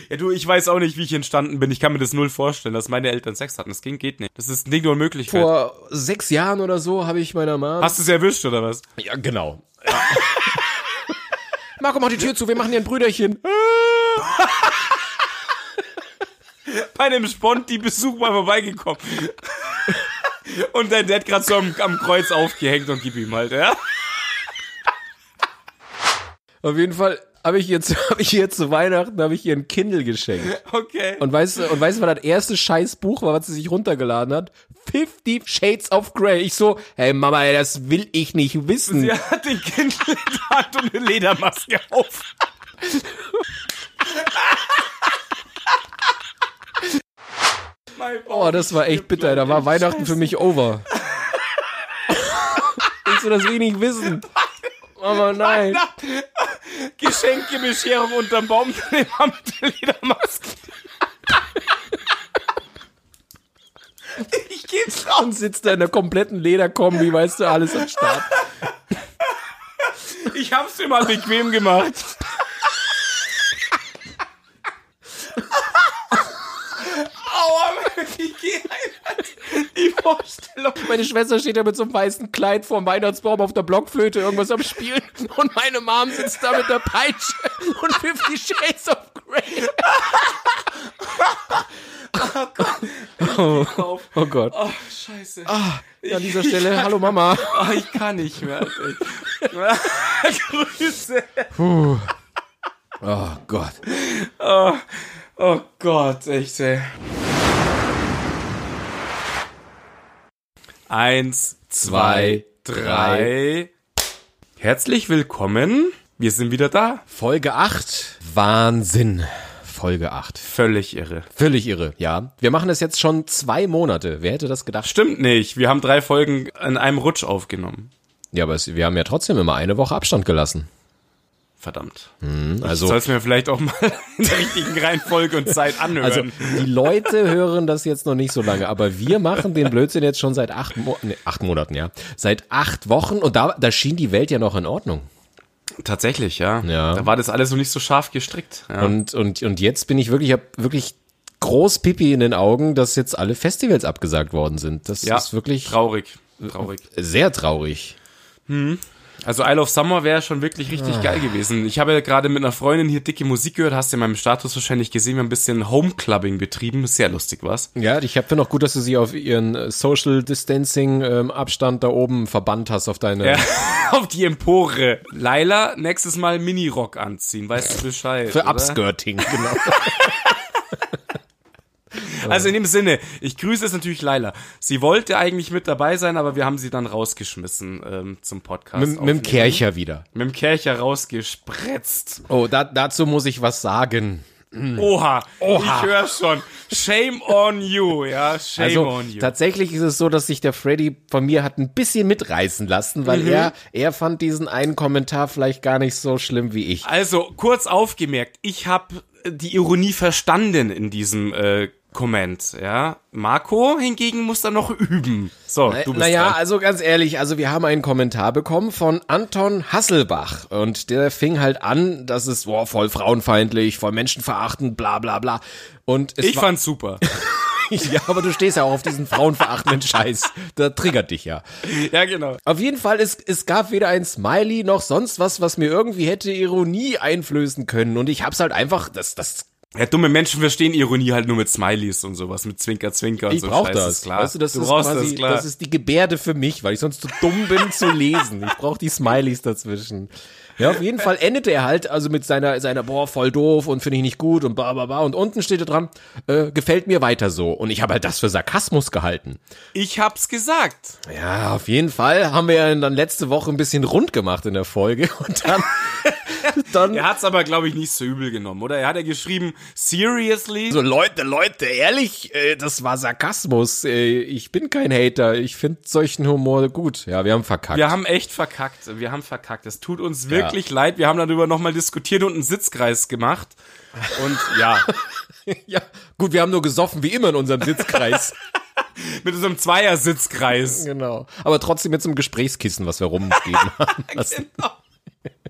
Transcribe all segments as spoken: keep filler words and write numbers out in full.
Ja, du, ich weiß auch nicht, wie ich entstanden bin. Ich kann mir das null vorstellen, dass meine Eltern Sex hatten. Das ging, geht nicht. Das ist ein Ding der Unmöglichkeit. Vor sechs Jahren oder so habe ich meiner Mom... Hast du es erwischt, oder was? Ja, genau. Ja. Marco, mach die Tür zu, wir machen hier ein Brüderchen. Bei einem Sponti-Besuch mal vorbeigekommen. Und dein Dad gerade so am, am Kreuz aufgehängt und gib ihm halt, ja? Auf jeden Fall habe ich jetzt, habe ich ihr zu Weihnachten, habe ich ihr ein Kindle geschenkt. Okay. Und weißt du, und weißt du, was das erste Scheißbuch war, was sie sich runtergeladen hat? Fifty Shades of Grey. Ich so, hey Mama, ey, das will ich nicht wissen. Sie hat den Kindle in der Hand und eine Ledermaske auf. Oh, das war echt bitter. Da war Weihnachten für mich over. Ich so, das will ich nicht wissen. Mama, nein. Geschenke, Bescherung unterm Baum, mit der Ledermaske. Ich geb's raus. Und sitzt da in der kompletten Lederkombi, weißt du, alles am Start. Ich hab's dir mal bequem gemacht. Aua, ich geh einfach die Vorstellung. Meine Schwester steht da mit so einem weißen Kleid vorm Weihnachtsbaum auf der Blockflöte irgendwas am Spielen und meine Mom sitzt da mit der Peitsche und Fifty Shades of Grey. Oh Gott. Oh, oh Gott. Oh, scheiße. Ah, an dieser Stelle, hallo Mama. Oh, ich kann nicht mehr. Grüße. Puh. Oh Gott. Oh, oh Gott, echt, ey. Eins, zwei, drei. Herzlich willkommen. Wir sind wieder da. Folge acht. Wahnsinn. Folge acht. Völlig irre. Völlig irre, ja. Wir machen das jetzt schon zwei Monate. Wer hätte das gedacht? Stimmt nicht. Wir haben drei Folgen in einem Rutsch aufgenommen. Ja, aber es, wir haben ja trotzdem immer eine Woche Abstand gelassen. Verdammt. Hm, also, ich soll es mir vielleicht auch mal in der richtigen Reihenfolge und Zeit anhören. Also die Leute hören das jetzt noch nicht so lange, aber wir machen den Blödsinn jetzt schon seit acht, Mo- nee, acht Monaten, ja. Seit acht Wochen und da, da schien die Welt ja noch in Ordnung. Tatsächlich, ja. Ja. Da war das alles noch nicht so scharf gestrickt. Ja. Und, und, und jetzt bin ich wirklich, ich hab wirklich groß Pipi in den Augen, dass jetzt alle Festivals abgesagt worden sind. Das ja, ist wirklich traurig. Traurig. Sehr traurig. Hm. Also Isle of Summer wäre schon wirklich richtig ah. geil gewesen. Ich habe ja gerade mit einer Freundin hier dicke Musik gehört, hast du in meinem Status wahrscheinlich gesehen, wir haben ein bisschen Homeclubbing betrieben, sehr lustig war's. Ja, ich finde auch gut, dass du sie auf ihren Social Distancing ähm, Abstand da oben verbannt hast auf deine... Ja, auf die Empore. Laila, nächstes Mal Minirock anziehen, weißt du Bescheid, Für oder? Upskirting, genau. Also in dem Sinne, ich grüße jetzt natürlich Laila. Sie wollte eigentlich mit dabei sein, aber wir haben sie dann rausgeschmissen ähm, zum Podcast. Mit, mit dem Kercher wieder. Mit dem Kercher rausgespretzt. Oh, da, dazu muss ich was sagen. Oha, Oha. Ich höre schon. Shame on you, ja, shame also, on you. Tatsächlich ist es so, dass sich der Freddy von mir hat ein bisschen mitreißen lassen, weil mhm. er, er fand diesen einen Kommentar vielleicht gar nicht so schlimm wie ich. Also, kurz aufgemerkt, ich habe die Ironie verstanden in diesem äh, Comment, ja. Marco hingegen muss da noch üben. So, du bist Naja, dran. also ganz ehrlich, also wir haben einen Kommentar bekommen von Anton Hasselbach und der fing halt an, dass es boah, voll frauenfeindlich, voll menschenverachtend, bla bla bla. Und es ich war, fand's super. Ja, aber du stehst ja auch auf diesen frauenverachtenden Scheiß. Da triggert dich ja. Ja, genau. Auf jeden Fall, es, es gab weder ein Smiley noch sonst was, was mir irgendwie hätte Ironie einflößen können. Und ich hab's halt einfach, das, das Ja, dumme Menschen verstehen Ironie halt nur mit Smileys und sowas, mit Zwinker, Zwinker und ich so. brauch Scheiß, das. Ist klar. Weißt du, das du ist brauchst quasi, das, klar. das ist die Gebärde für mich, weil ich sonst zu dumm bin zu lesen. Ich brauche die Smileys dazwischen. Ja, auf jeden Fall endete er halt also mit seiner, seiner boah, voll doof und finde ich nicht gut und bla bla bla. Und unten steht da dran, äh, gefällt mir weiter so. Und ich habe halt das für Sarkasmus gehalten. Ich hab's gesagt. Ja, auf jeden Fall haben wir ja dann letzte Woche ein bisschen rund gemacht in der Folge. Und dann... dann Er hat's aber, glaube ich, nicht so übel genommen, oder? Er hat ja geschrieben, seriously? so, Leute, Leute, ehrlich, äh, das war Sarkasmus. Äh, ich bin kein Hater. Ich finde solchen Humor gut. Ja, wir haben verkackt. Wir haben echt verkackt. Wir haben verkackt. Es tut uns wirklich ja. leid. Wir haben darüber nochmal diskutiert und einen Sitzkreis gemacht. Und ja. Ja, gut, wir haben nur gesoffen, wie immer in unserem Sitzkreis. Mit unserem Zweier-Sitzkreis. Genau. Aber trotzdem mit so einem Gesprächskissen, was wir rumgeben haben. Genau.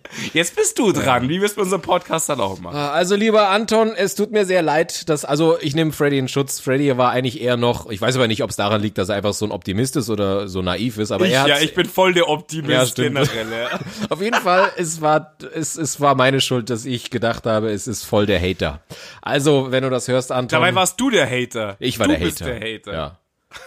Jetzt bist du dran. Wie wirst du unseren Podcast dann auch machen? Also, lieber Anton, es tut mir sehr leid, dass, also ich nehme Freddy in Schutz. Freddy war eigentlich eher noch, ich weiß aber nicht, ob es daran liegt, dass er einfach so ein Optimist ist oder so naiv ist, aber ich, er hat. Ja, ich bin voll der Optimist ja, stimmt. generell. Ja. Auf jeden Fall, es war, es, es war meine Schuld, dass ich gedacht habe, es ist voll der Hater. Also, wenn du das hörst, Anton. Dabei warst du der Hater. Ich war du der Hater. Bist der Hater. Ja.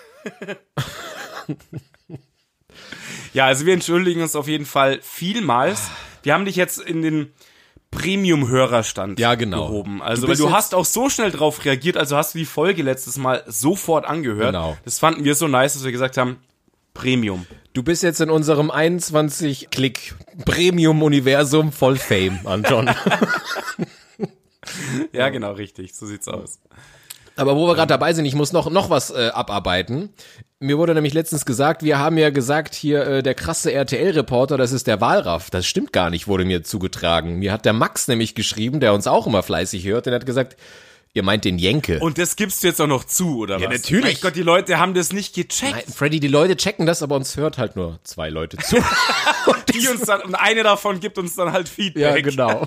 Ja, also wir entschuldigen uns auf jeden Fall vielmals. Wir haben dich jetzt in den Premium-Hörerstand ja, genau. gehoben. Also, du weil du jetzt hast auch so schnell drauf reagiert, also hast du die Folge letztes Mal sofort angehört. Genau. Das fanden wir so nice, dass wir gesagt haben, Premium. Du bist jetzt in unserem einundzwanzig-Klick-Premium-Universum voll Fame, Anton. Ja, genau, richtig. So sieht's aus. Aber wo wir gerade dabei sind, ich muss noch noch was äh, abarbeiten. Mir wurde nämlich letztens gesagt, wir haben ja gesagt, hier äh, der krasse R T L-Reporter, das ist der Walraff. Das stimmt gar nicht, wurde mir zugetragen. Mir hat der Max nämlich geschrieben, der uns auch immer fleißig hört, der hat gesagt, ihr meint den Jenke. Und das gibst du jetzt auch noch zu, oder Ja, was? natürlich. Mein Gott, die Leute haben das nicht gecheckt. Nein, Freddy, die Leute checken das, aber uns hört halt nur zwei Leute zu. Die uns dann, und eine davon gibt uns dann halt Feedback. Ja, genau.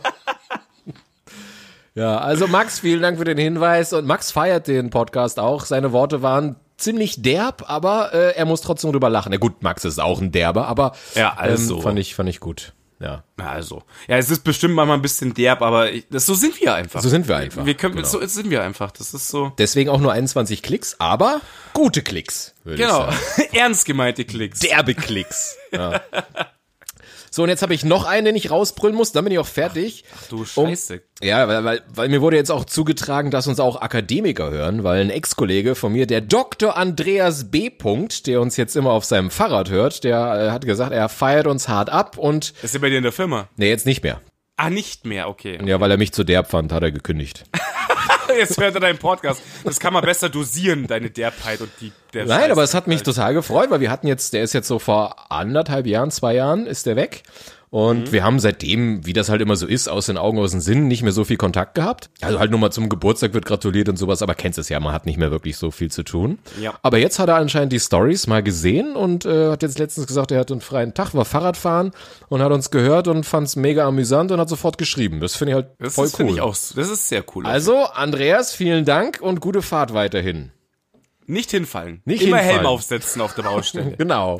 Ja, also Max, vielen Dank für den Hinweis. Und Max feiert den Podcast auch. Seine Worte waren ziemlich derb, aber äh, er muss trotzdem drüber lachen. Ja gut, Max ist auch ein Derber, aber Ja, also. ähm, fand ich fand ich gut. Ja. Na, Also, ja, es ist bestimmt manchmal ein bisschen derb, aber ich, das, so sind wir einfach. So sind wir einfach. Wir können, Genau. so sind wir einfach. Das ist so. Deswegen auch nur einundzwanzig Klicks, aber gute Klicks, würde Genau. ich sagen. Ernst gemeinte Klicks. Derbe Klicks. Ja. So, und jetzt habe ich noch einen, den ich rausbrüllen muss, dann bin ich auch fertig. Ach du Scheiße. Um, ja, weil, weil, weil mir wurde jetzt auch zugetragen, dass uns auch Akademiker hören, weil ein Ex-Kollege von mir, der Doktor Andreas B. Punkt, der uns jetzt immer auf seinem Fahrrad hört, der äh, hat gesagt, er feiert uns hart ab und... Ist er bei dir in der Firma? Nee, jetzt nicht mehr. Ah, nicht mehr, okay. Ja, weil er mich zu derb fand, hat er gekündigt. Jetzt hört er deinen Podcast. Das kann man besser dosieren, deine Derbheit und die der Nein, Scheiß. aber es hat mich total gefreut, weil wir hatten jetzt, der ist jetzt so vor anderthalb Jahren, zwei Jahren, ist der weg. Und mhm. wir haben seitdem, wie das halt immer so ist, aus den Augen, aus den Sinnen, nicht mehr so viel Kontakt gehabt. Also halt nur mal zum Geburtstag wird gratuliert und sowas, aber kennst es ja, man hat nicht mehr wirklich so viel zu tun. Ja. Aber jetzt hat er anscheinend die Stories mal gesehen und äh, hat jetzt letztens gesagt, er hat einen freien Tag, war Fahrradfahren und hat uns gehört und fand es mega amüsant und hat sofort geschrieben. Das finde ich halt das voll ist, cool. Ich auch, das ist sehr cool. Also, Andreas, vielen Dank und gute Fahrt weiterhin. Nicht hinfallen. Nicht Immer hinfallen. Helm aufsetzen auf der Baustelle. Genau.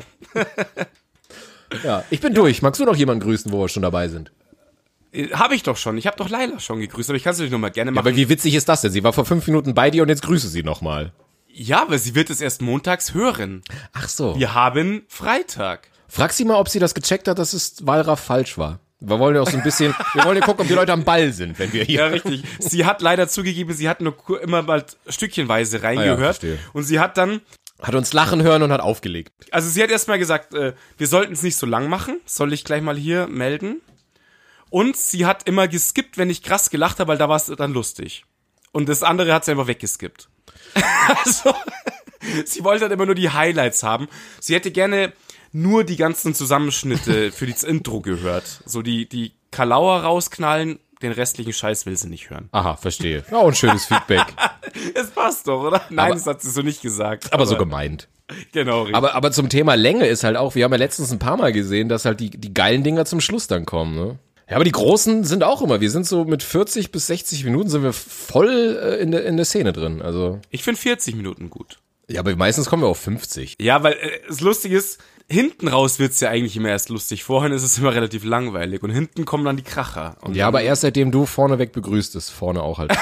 Ja, ich bin durch. Magst du noch jemanden grüßen, wo wir schon dabei sind? Habe ich doch schon. Ich habe doch Laila schon gegrüßt, aber ich kann es natürlich noch mal gerne Ja, machen. aber wie witzig ist das denn? Sie war vor fünf Minuten bei dir und jetzt grüße sie nochmal. Ja, aber sie wird es erst montags hören. Ach so. Wir haben Freitag. Frag sie mal, ob sie das gecheckt hat, dass es Walraff falsch war. Wir wollen ja auch so ein bisschen, wir wollen ja gucken, ob die Leute am Ball sind, wenn wir hier... Ja, richtig. Sie hat leider zugegeben, sie hat nur kur- immer mal stückchenweise reingehört. Ah ja, verstehe. Und sie hat dann, Hat uns lachen hören und hat aufgelegt. also sie hat erstmal gesagt, äh, wir sollten es nicht so lang machen. Soll ich gleich mal hier melden? Und sie hat immer geskippt, wenn ich krass gelacht habe, weil da war es dann lustig. Und das andere hat sie einfach weggeskippt. Also, sie wollte halt immer nur die Highlights haben. Sie hätte gerne nur die ganzen Zusammenschnitte für das Intro gehört. So die, die Kalauer rausknallen, den restlichen Scheiß will sie nicht hören. Aha, verstehe. Ja, ein schönes Feedback. Es passt doch, oder? Nein, Aber- das hat sie so nicht gesagt. Aber so gemeint. Genau, richtig. Aber, aber zum Thema Länge ist halt auch, wir haben ja letztens ein paar Mal gesehen, dass halt die, die geilen Dinger zum Schluss dann kommen, ne? Ja, aber die großen sind auch immer, wir sind so mit vierzig bis sechzig Minuten sind wir voll äh, in der in der Szene drin, also. Ich finde vierzig Minuten gut. Ja, aber meistens kommen wir auf fünfzig. Ja, weil äh, das Lustige ist, hinten raus wird's ja eigentlich immer erst lustig. Vorhin ist es immer relativ langweilig und hinten kommen dann die Kracher. Und Ja, aber erst seitdem du vorneweg begrüßt, ist vorne auch halt.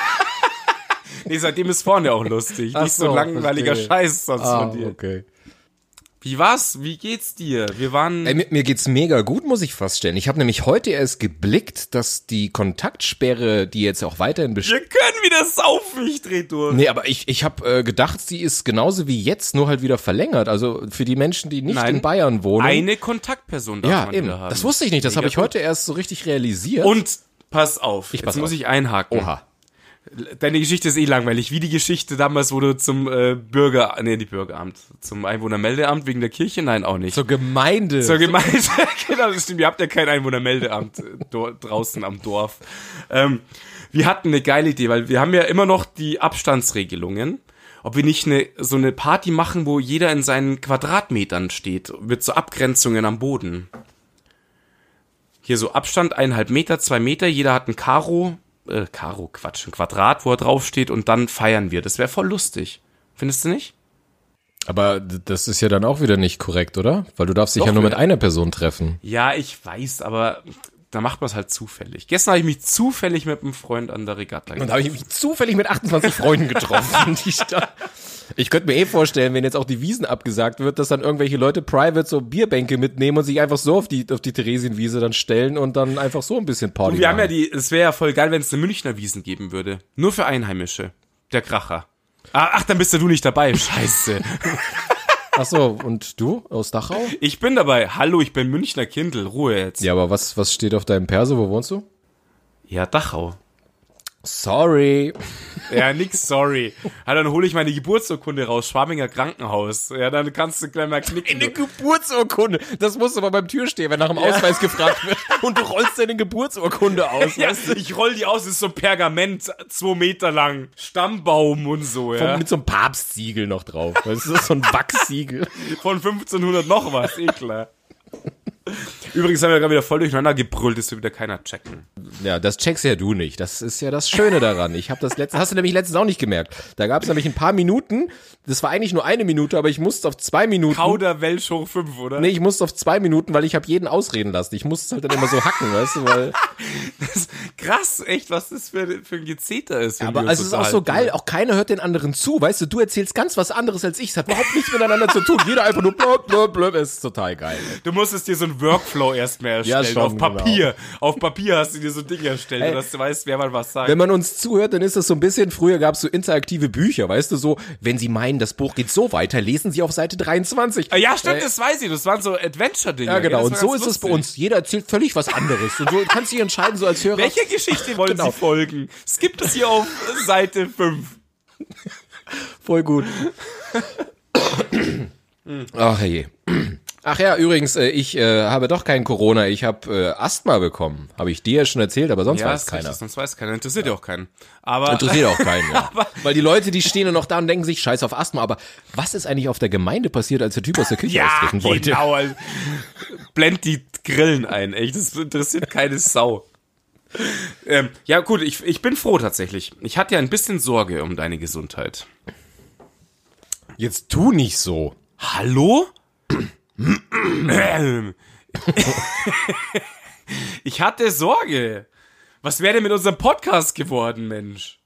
nee, seitdem ist vorne auch lustig. Ach Nicht so so, langweiliger verstehe. Scheiß sonst von dir. okay. Wie war's? Wie geht's dir? Wir waren... Ey, mir, mir geht's mega gut, muss ich feststellen. Ich habe nämlich heute erst geblickt, dass die Kontaktsperre, die jetzt auch weiterhin besteht. wir können wieder saufen, ich dreh durch. Nee, aber ich, ich habe äh, gedacht, sie ist genauso wie jetzt, nur halt wieder verlängert. Also für die Menschen, die nicht Nein. in Bayern wohnen. Eine Kontaktperson darf ja, man eben. wieder haben. Das wusste ich nicht. Das Mega habe ich gut. heute erst so richtig realisiert. Und pass auf, Ich jetzt pass muss auf. ich einhaken. Oha. Deine Geschichte ist eh langweilig, wie die Geschichte damals, wo du zum äh, Bürger, nee, die Bürgeramt, zum Einwohnermeldeamt wegen der Kirche, nein, auch nicht. Zur Gemeinde. Zur Gemeinde, genau, das stimmt, ihr habt ja kein Einwohnermeldeamt äh, do, draußen am Dorf. Ähm, wir hatten eine geile Idee, weil wir haben ja immer noch die Abstandsregelungen, ob wir nicht eine, so eine Party machen, wo jeder in seinen Quadratmetern steht, mit so Abgrenzungen am Boden. hier so Abstand, eineinhalb Meter, zwei Meter, jeder hat ein Karo, äh, Karo, Quatsch, ein Quadrat, wo er draufsteht und dann feiern wir. Das wäre voll lustig. Findest du nicht? Aber das ist ja dann auch wieder nicht korrekt, oder? Weil du darfst dich Doch, ja nur mit wir- einer Person treffen. Ja, ich weiß, aber da macht man es halt zufällig. Gestern habe ich mich zufällig mit einem Freund an der Regatta Und da habe ich mich zufällig mit achtundzwanzig Freunden getroffen. Die Stadt. Ich könnte mir eh vorstellen, wenn jetzt auch die Wiesen abgesagt wird, dass dann irgendwelche Leute private so Bierbänke mitnehmen und sich einfach so auf die auf die Theresienwiese dann stellen und dann einfach so ein bisschen Party Wir haben ja machen. die, es wäre ja voll geil, wenn es eine Münchner Wiesen geben würde. Nur für Einheimische. Der Kracher. Ah, ach, dann bist ja du nicht dabei. Scheiße. Ach so, und du aus Dachau? Ich bin dabei. Hallo, ich bin Münchner Kindl. Ruhe jetzt. Ja, aber was was steht auf deinem Perso? Wo wohnst du? Ja, Dachau. Sorry. Ja, nix, sorry. Ja, dann hole ich meine Geburtsurkunde raus, Schwabinger Krankenhaus. Ja, dann kannst du gleich mal knicken. Eine Geburtsurkunde. Das musst du aber beim Türsteher, wenn nach dem Ausweis gefragt wird. Und du rollst deine Geburtsurkunde aus. Ja, weißt du? ich roll die aus, das ist so Pergament, zwei Meter lang, Stammbaum und so, ja. Von, mit so einem Papstsiegel noch drauf. Das ist so ein Wachssiegel. Von fünfzehnhundert noch was, eh klar. Übrigens haben wir gerade wieder voll durcheinander gebrüllt, das will wieder keiner checken. Ja, das checkst ja du nicht. Das ist ja das Schöne daran. Ich habe das letzte, hast du nämlich letztens auch nicht gemerkt. Da gab es nämlich ein paar Minuten. Das war eigentlich nur eine Minute, aber ich musste auf zwei Minuten. Kauder Welsch hoch fünf, oder? Nee, ich musste auf zwei Minuten, weil ich habe jeden ausreden lassen. Ich musste halt dann immer so hacken, weißt du, weil. Das ist krass, echt, was das für, für ein Gezeter ist. wenn Aber wir uns also es ist auch so unterhalten. geil, auch keiner hört den anderen zu, weißt du, du erzählst ganz was anderes als ich, es hat überhaupt nichts miteinander zu tun, jeder einfach nur blöb, blöb, blöb, es ist total geil. Du musstest dir so einen Workflow erstmal erstellen, Ja, schon, auf Papier. Auf Papier hast du dir so Dinge erstellt, Ey. dass du weißt, wer mal was sagt. Wenn man uns zuhört, dann ist das so ein bisschen, früher gab es so interaktive Bücher, weißt du, so, wenn Sie meinen, das Buch geht so weiter, lesen Sie auf Seite dreiundzwanzig. Ah, ja, stimmt, Äh, das weiß ich, das waren so Adventure-Dinge. Ja, genau, das und war so ganz ist es bei lustig. uns. Jeder erzählt völlig was anderes. Und so kannst du dich entscheiden, so als Hörer. Welcher Geschichte wollen Genau. Sie folgen? Es gibt es hier auf Seite fünf. Voll gut. Ach je. Ach ja, übrigens, äh, ich äh, habe doch kein Corona, ich habe äh, Asthma bekommen. Habe ich dir ja schon erzählt, aber sonst Ja, weiß ist keiner. richtig, sonst weiß keiner. Interessiert ja auch keinen. Aber Interessiert auch keinen, ja. Weil die Leute, die stehen dann noch da und denken sich, scheiß auf Asthma, aber was ist eigentlich auf der Gemeinde passiert, als der Typ aus der Küche ja, austreten wollte? genau. Also, blend die Grillen ein, echt. Das interessiert keine Sau. Ähm, ja, gut, ich, ich bin froh tatsächlich. Ich hatte ja ein bisschen Sorge um deine Gesundheit. Jetzt tu nicht so. Hallo? Ähm. Ich hatte Sorge. Was wäre denn mit unserem Podcast geworden, Mensch?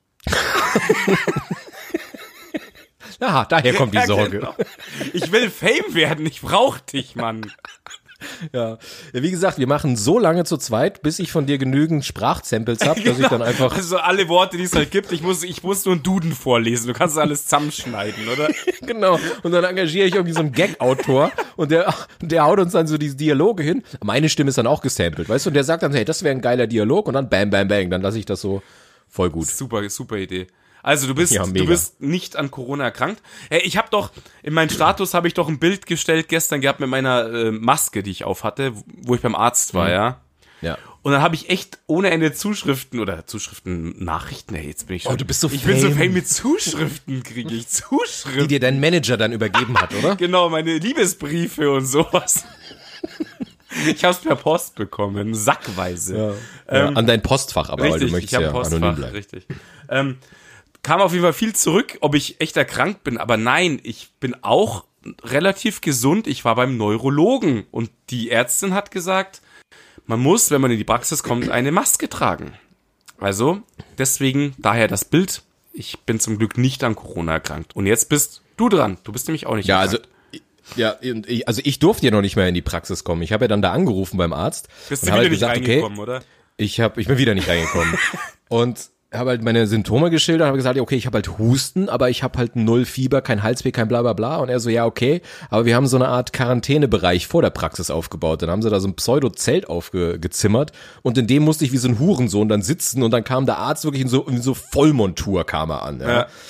Aha, daher kommt die Ja, Sorge. genau. Ich will Fame werden, ich brauch dich, Mann. Ja. Ja, wie gesagt, wir machen so lange zu zweit, bis ich von dir genügend Sprachsamples habe, dass ich dann einfach... Also alle Worte, die es halt gibt, ich muss, ich muss nur einen Duden vorlesen. Du kannst alles zusammenschneiden, oder? Genau. Und dann engagiere ich irgendwie so einen Gag-Autor und der, der haut uns dann so diese Dialoge hin. Meine Stimme ist dann auch gesampelt, weißt du? Und der sagt dann, hey, das wäre ein geiler Dialog und dann bam, bam, bang. Dann lasse ich das so voll gut. Super, super Idee. Also du bist, Ja, mega. du bist nicht an Corona erkrankt. Hey, ich habe doch, in meinen Status habe ich doch ein Bild gestellt gestern gehabt mit meiner äh, Maske, die ich auf hatte, wo ich beim Arzt war, Mhm. ja. Ja. Und dann habe ich echt ohne Ende Zuschriften oder Zuschriften, Nachrichten, hey, jetzt bin ich schon. Oh, du bist so Ich bin so fame. fame mit Zuschriften, kriege ich Die Zuschriften. dir dein Manager dann übergeben hat, oder? Genau, meine Liebesbriefe und sowas. Ich hab's per Post bekommen, sackweise. Ja. Ähm, ja, an dein Postfach, aber weil Richtig, du möchtest ich habe ja Postfach, anonym bleiben. richtig. Ähm, kam auf jeden Fall viel zurück, ob ich echt erkrankt bin, aber nein, ich bin auch relativ gesund. Ich war beim Neurologen und die Ärztin hat gesagt, man muss, wenn man in die Praxis kommt, eine Maske tragen. Also, deswegen, daher das Bild. Ich bin zum Glück nicht an Corona erkrankt. Und jetzt bist du dran. Du bist nämlich auch nicht Ja, also erkrankt. ja, und ich, also ich durfte ja noch nicht mehr in die Praxis kommen. Ich habe ja dann da angerufen beim Arzt. Bist und du hab wieder halt nicht gesagt, reingekommen, okay, oder? Ich hab, ich bin wieder nicht reingekommen. Und habe halt meine Symptome geschildert und habe gesagt, ja, okay, ich habe halt Husten, aber ich habe halt null Fieber, kein Halsweh, kein bla bla bla. Und er so, ja, okay, aber wir haben so eine Art Quarantänebereich vor der Praxis aufgebaut. Dann haben sie da so ein Pseudo-Zelt aufgezimmert und in dem musste ich wie so ein Hurensohn dann sitzen und dann kam der Arzt wirklich in so, in so Vollmontur kam er an. Ja. Ja.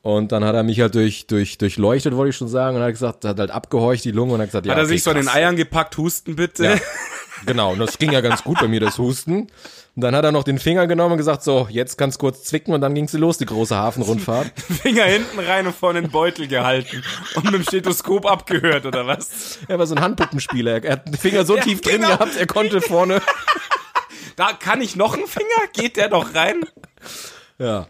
Und dann hat er mich halt durch, durch, durchleuchtet, wollte ich schon sagen, und hat gesagt, hat halt abgehorcht die Lunge und hat gesagt, ja, Hat er okay, sich so an den krass. Eiern gepackt, husten bitte. Ja, genau, und das ging ja ganz gut bei mir, das Husten. Und dann hat er noch den Finger genommen und gesagt, so, jetzt kannst kurz zwicken und dann ging sie los, die große Hafenrundfahrt. Finger hinten rein und vorne den Beutel gehalten und mit dem Stethoskop abgehört, oder was? Er war so ein Handpuppenspieler, er hat den Finger so Ja, tief drin genau. gehabt, er konnte vorne. Da kann ich noch einen Finger? Geht der doch rein? Ja.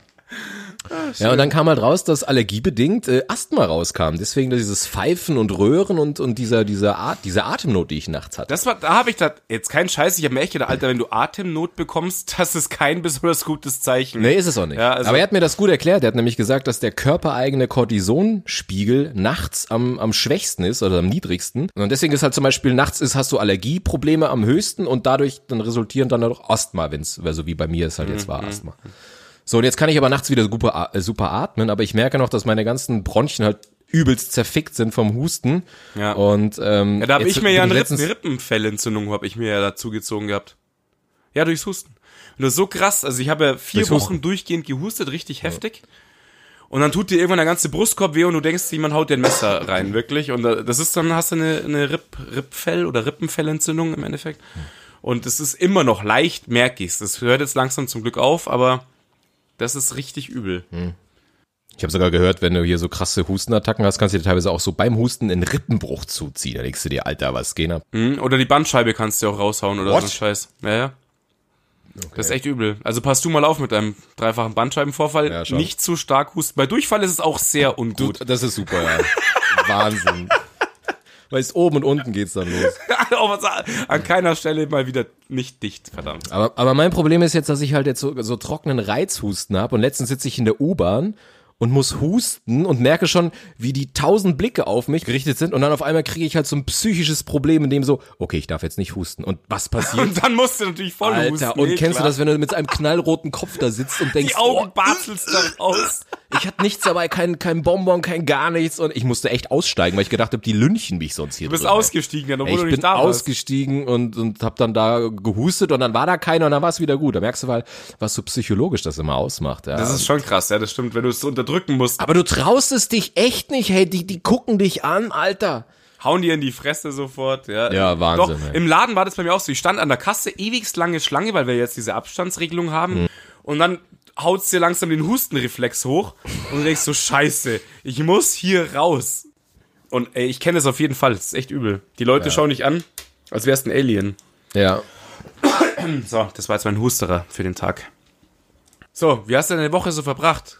Ja, und dann kam halt raus, dass allergiebedingt äh, Asthma rauskam. Deswegen dieses Pfeifen und Röhren und, und dieser, dieser Art, diese Atemnot, die ich nachts hatte. Das war, da habe ich da, jetzt kein Scheiß, ich habe mir echt gedacht, Alter, wenn du Atemnot bekommst, das ist kein besonders gutes Zeichen. Nee, ist es auch nicht. Ja, also Aber er hat mir das gut erklärt. Er hat nämlich gesagt, dass der körpereigene Cortisonspiegel nachts am, am schwächsten ist oder am niedrigsten. Und deswegen ist halt zum Beispiel nachts ist, hast du Allergieprobleme am höchsten und dadurch dann resultieren dann auch Asthma, wenn's, also wie bei mir es halt jetzt war, Asthma. So, und jetzt kann ich aber nachts wieder super, äh, super atmen, aber ich merke noch, dass meine ganzen Bronchien halt übelst zerfickt sind vom Husten. Ja. Und, ähm, Ja, da habe jetzt ich mir bin ja eine letztens- Rippen Rippenfellentzündung, habe ich mir ja dazu gezogen gehabt. Ja, durchs Husten. Und das ist so krass, also ich habe ja vier Durchs Wochen Husten. durchgehend gehustet, richtig heftig. Und dann tut dir irgendwann der ganze Brustkorb weh und du denkst, jemand haut dir ein Messer rein, wirklich. Und das ist dann, hast du eine, eine Ripp, Rippfell- oder Rippenfellentzündung im Endeffekt. Und es ist immer noch leicht, merke ich's. Das hört jetzt langsam zum Glück auf, aber das ist richtig übel. Ich habe sogar gehört, wenn du hier so krasse Hustenattacken hast, kannst du dir teilweise auch so beim Husten einen Rippenbruch zuziehen. Da denkst du dir, Alter, was geht ab? Mhm. Oder die Bandscheibe kannst du auch raushauen oder What? so ein Scheiß. Ja, ja. Das ist echt übel. Also passt du mal auf mit deinem dreifachen Bandscheibenvorfall. Ja, schon. Nicht zu stark husten. Bei Durchfall ist es auch sehr ungut. Das ist super, ja. Wahnsinn. Weißt, oben und unten geht's dann los. Aber an keiner Stelle mal wieder nicht dicht, verdammt. Aber, aber mein Problem ist jetzt, dass ich halt jetzt so, so trockenen Reizhusten habe und letztens sitze ich in der U-Bahn und muss husten und merke schon, wie die tausend Blicke auf mich gerichtet sind und dann auf einmal kriege ich halt so ein psychisches Problem, in dem so, okay, ich darf jetzt nicht husten. Und was passiert? Und dann musst du natürlich voll Alter, husten. und Nee, kennst klar. du das, wenn du mit einem knallroten Kopf da sitzt und denkst, Die Augen oh, barzelst da raus. ich hatte nichts dabei, kein, kein Bonbon, kein gar nichts und ich musste echt aussteigen, weil ich gedacht habe, die lynchen mich sonst hier Du bist drin. ausgestiegen, ja, obwohl Ich du bin nicht da warst. ausgestiegen und, und hab dann da gehustet und dann war da keiner und dann war es wieder gut. Da merkst du mal, was so psychologisch das immer ausmacht. Ja. Das ist schon krass, ja, das stimmt, wenn du es unterdrücken musst. Aber du traust es dich echt nicht, hey, die, die gucken dich an, Alter. Hauen dir in die Fresse sofort, ja. Ja, Wahnsinn, Doch, ey. im Laden war das bei mir auch so. Ich stand an der Kasse, ewigst lange Schlange, weil wir jetzt diese Abstandsregelung haben. Mhm. Und dann haut's dir langsam den Hustenreflex hoch und du denkst so, scheiße, ich muss hier raus. Und ey, ich kenne das auf jeden Fall, das ist echt übel. Die Leute Ja. schauen dich an, als wärst ein Alien. Ja. So, das war jetzt mein Husterer für den Tag. So, wie hast du deine Woche so verbracht?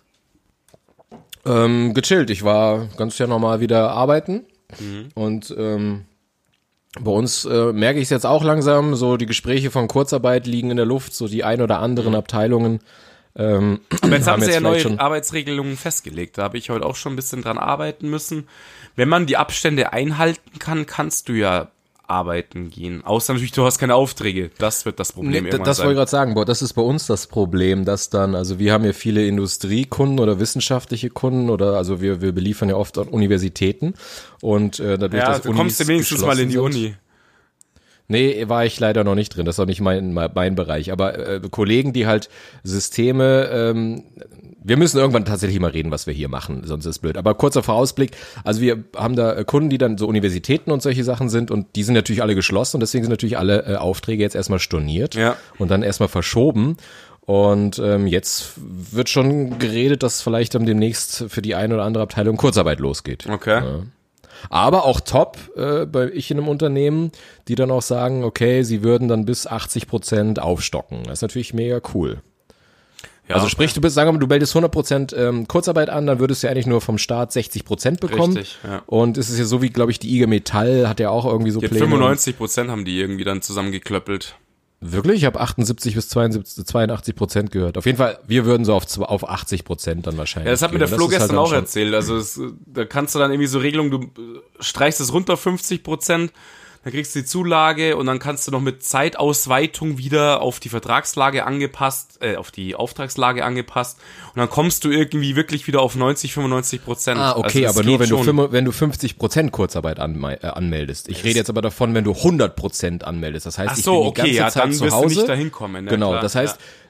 Ähm, gechillt. Ich war ganz ja normal wieder arbeiten und ähm, bei uns äh, merke ich es jetzt auch langsam, so die Gespräche von Kurzarbeit liegen in der Luft, so die ein oder anderen Abteilungen. Ähm, Aber jetzt haben sie ja vielleicht neue schon- Arbeitsregelungen festgelegt. Da habe ich heute auch schon ein bisschen dran arbeiten müssen. Wenn man die Abstände einhalten kann, kannst du ja arbeiten gehen. Außer natürlich, du hast keine Aufträge. Das wird das Problem Nee, irgendwann das sein. wollte ich gerade sagen, boah, das ist bei uns das Problem, dass dann, also wir haben ja viele Industriekunden oder wissenschaftliche Kunden oder also wir, wir beliefern ja oft an Universitäten und äh, dadurch, Ja, dass du kommst ja Unis wenigstens mal in die geschlossen sind- Uni. Nee, war ich leider noch nicht drin. Das ist auch nicht mein, mein Bereich. Aber äh, Kollegen, die halt Systeme, ähm, wir müssen irgendwann tatsächlich mal reden, was wir hier machen, sonst ist es blöd. Aber kurzer Vorausblick, also wir haben da äh, Kunden, die dann so Universitäten und solche Sachen sind und die sind natürlich alle geschlossen und deswegen sind natürlich alle äh, Aufträge jetzt erstmal storniert Ja. und dann erstmal verschoben. Und ähm, jetzt wird schon geredet, dass vielleicht dann demnächst für die eine oder andere Abteilung Kurzarbeit losgeht. Okay. Ja. Aber auch top, äh, bei ich in einem Unternehmen, die dann auch sagen, okay, sie würden dann bis achtzig Prozent aufstocken. Das ist natürlich mega cool. Ja, Also sprich, du bist, sagen wir mal, du meldest hundert Prozent ähm, Kurzarbeit an, dann würdest du ja eigentlich nur vom Staat sechzig Prozent bekommen. Richtig, ja. Und es ist ja so wie, glaube ich, die I G Metall hat ja auch irgendwie so Die hat Pläne. fünfundneunzig Prozent haben die irgendwie dann zusammengeklöppelt. Wirklich? Ich habe achtundsiebzig bis zweiundsiebzig, zweiundachtzig Prozent gehört. Auf jeden Fall, wir würden so auf, zwei- auf achtzig Prozent dann wahrscheinlich Ja, das hat mir der gehen. Flo Das ist halt gestern dann auch schon- erzählt. Also es, da kannst du dann irgendwie so Regelungen, du äh, streichst es runter fünfzig Prozent, dann kriegst du die Zulage und dann kannst du noch mit Zeitausweitung wieder auf die Vertragslage angepasst, äh, auf die Auftragslage angepasst und dann kommst du irgendwie wirklich wieder auf neunzig, fünfundneunzig Prozent. Ah, okay, also aber nur geht wenn du, schon. fünf, wenn du fünfzig Prozent Kurzarbeit anme äh, anmeldest. Ich rede jetzt aber davon, wenn du hundert Prozent anmeldest. Das heißt, Ach ich so, bin die okay, ganze ja, Zeit dann zu wirst du Hause. nicht dahin kommen. Ja, Genau, klar, das heißt, ja.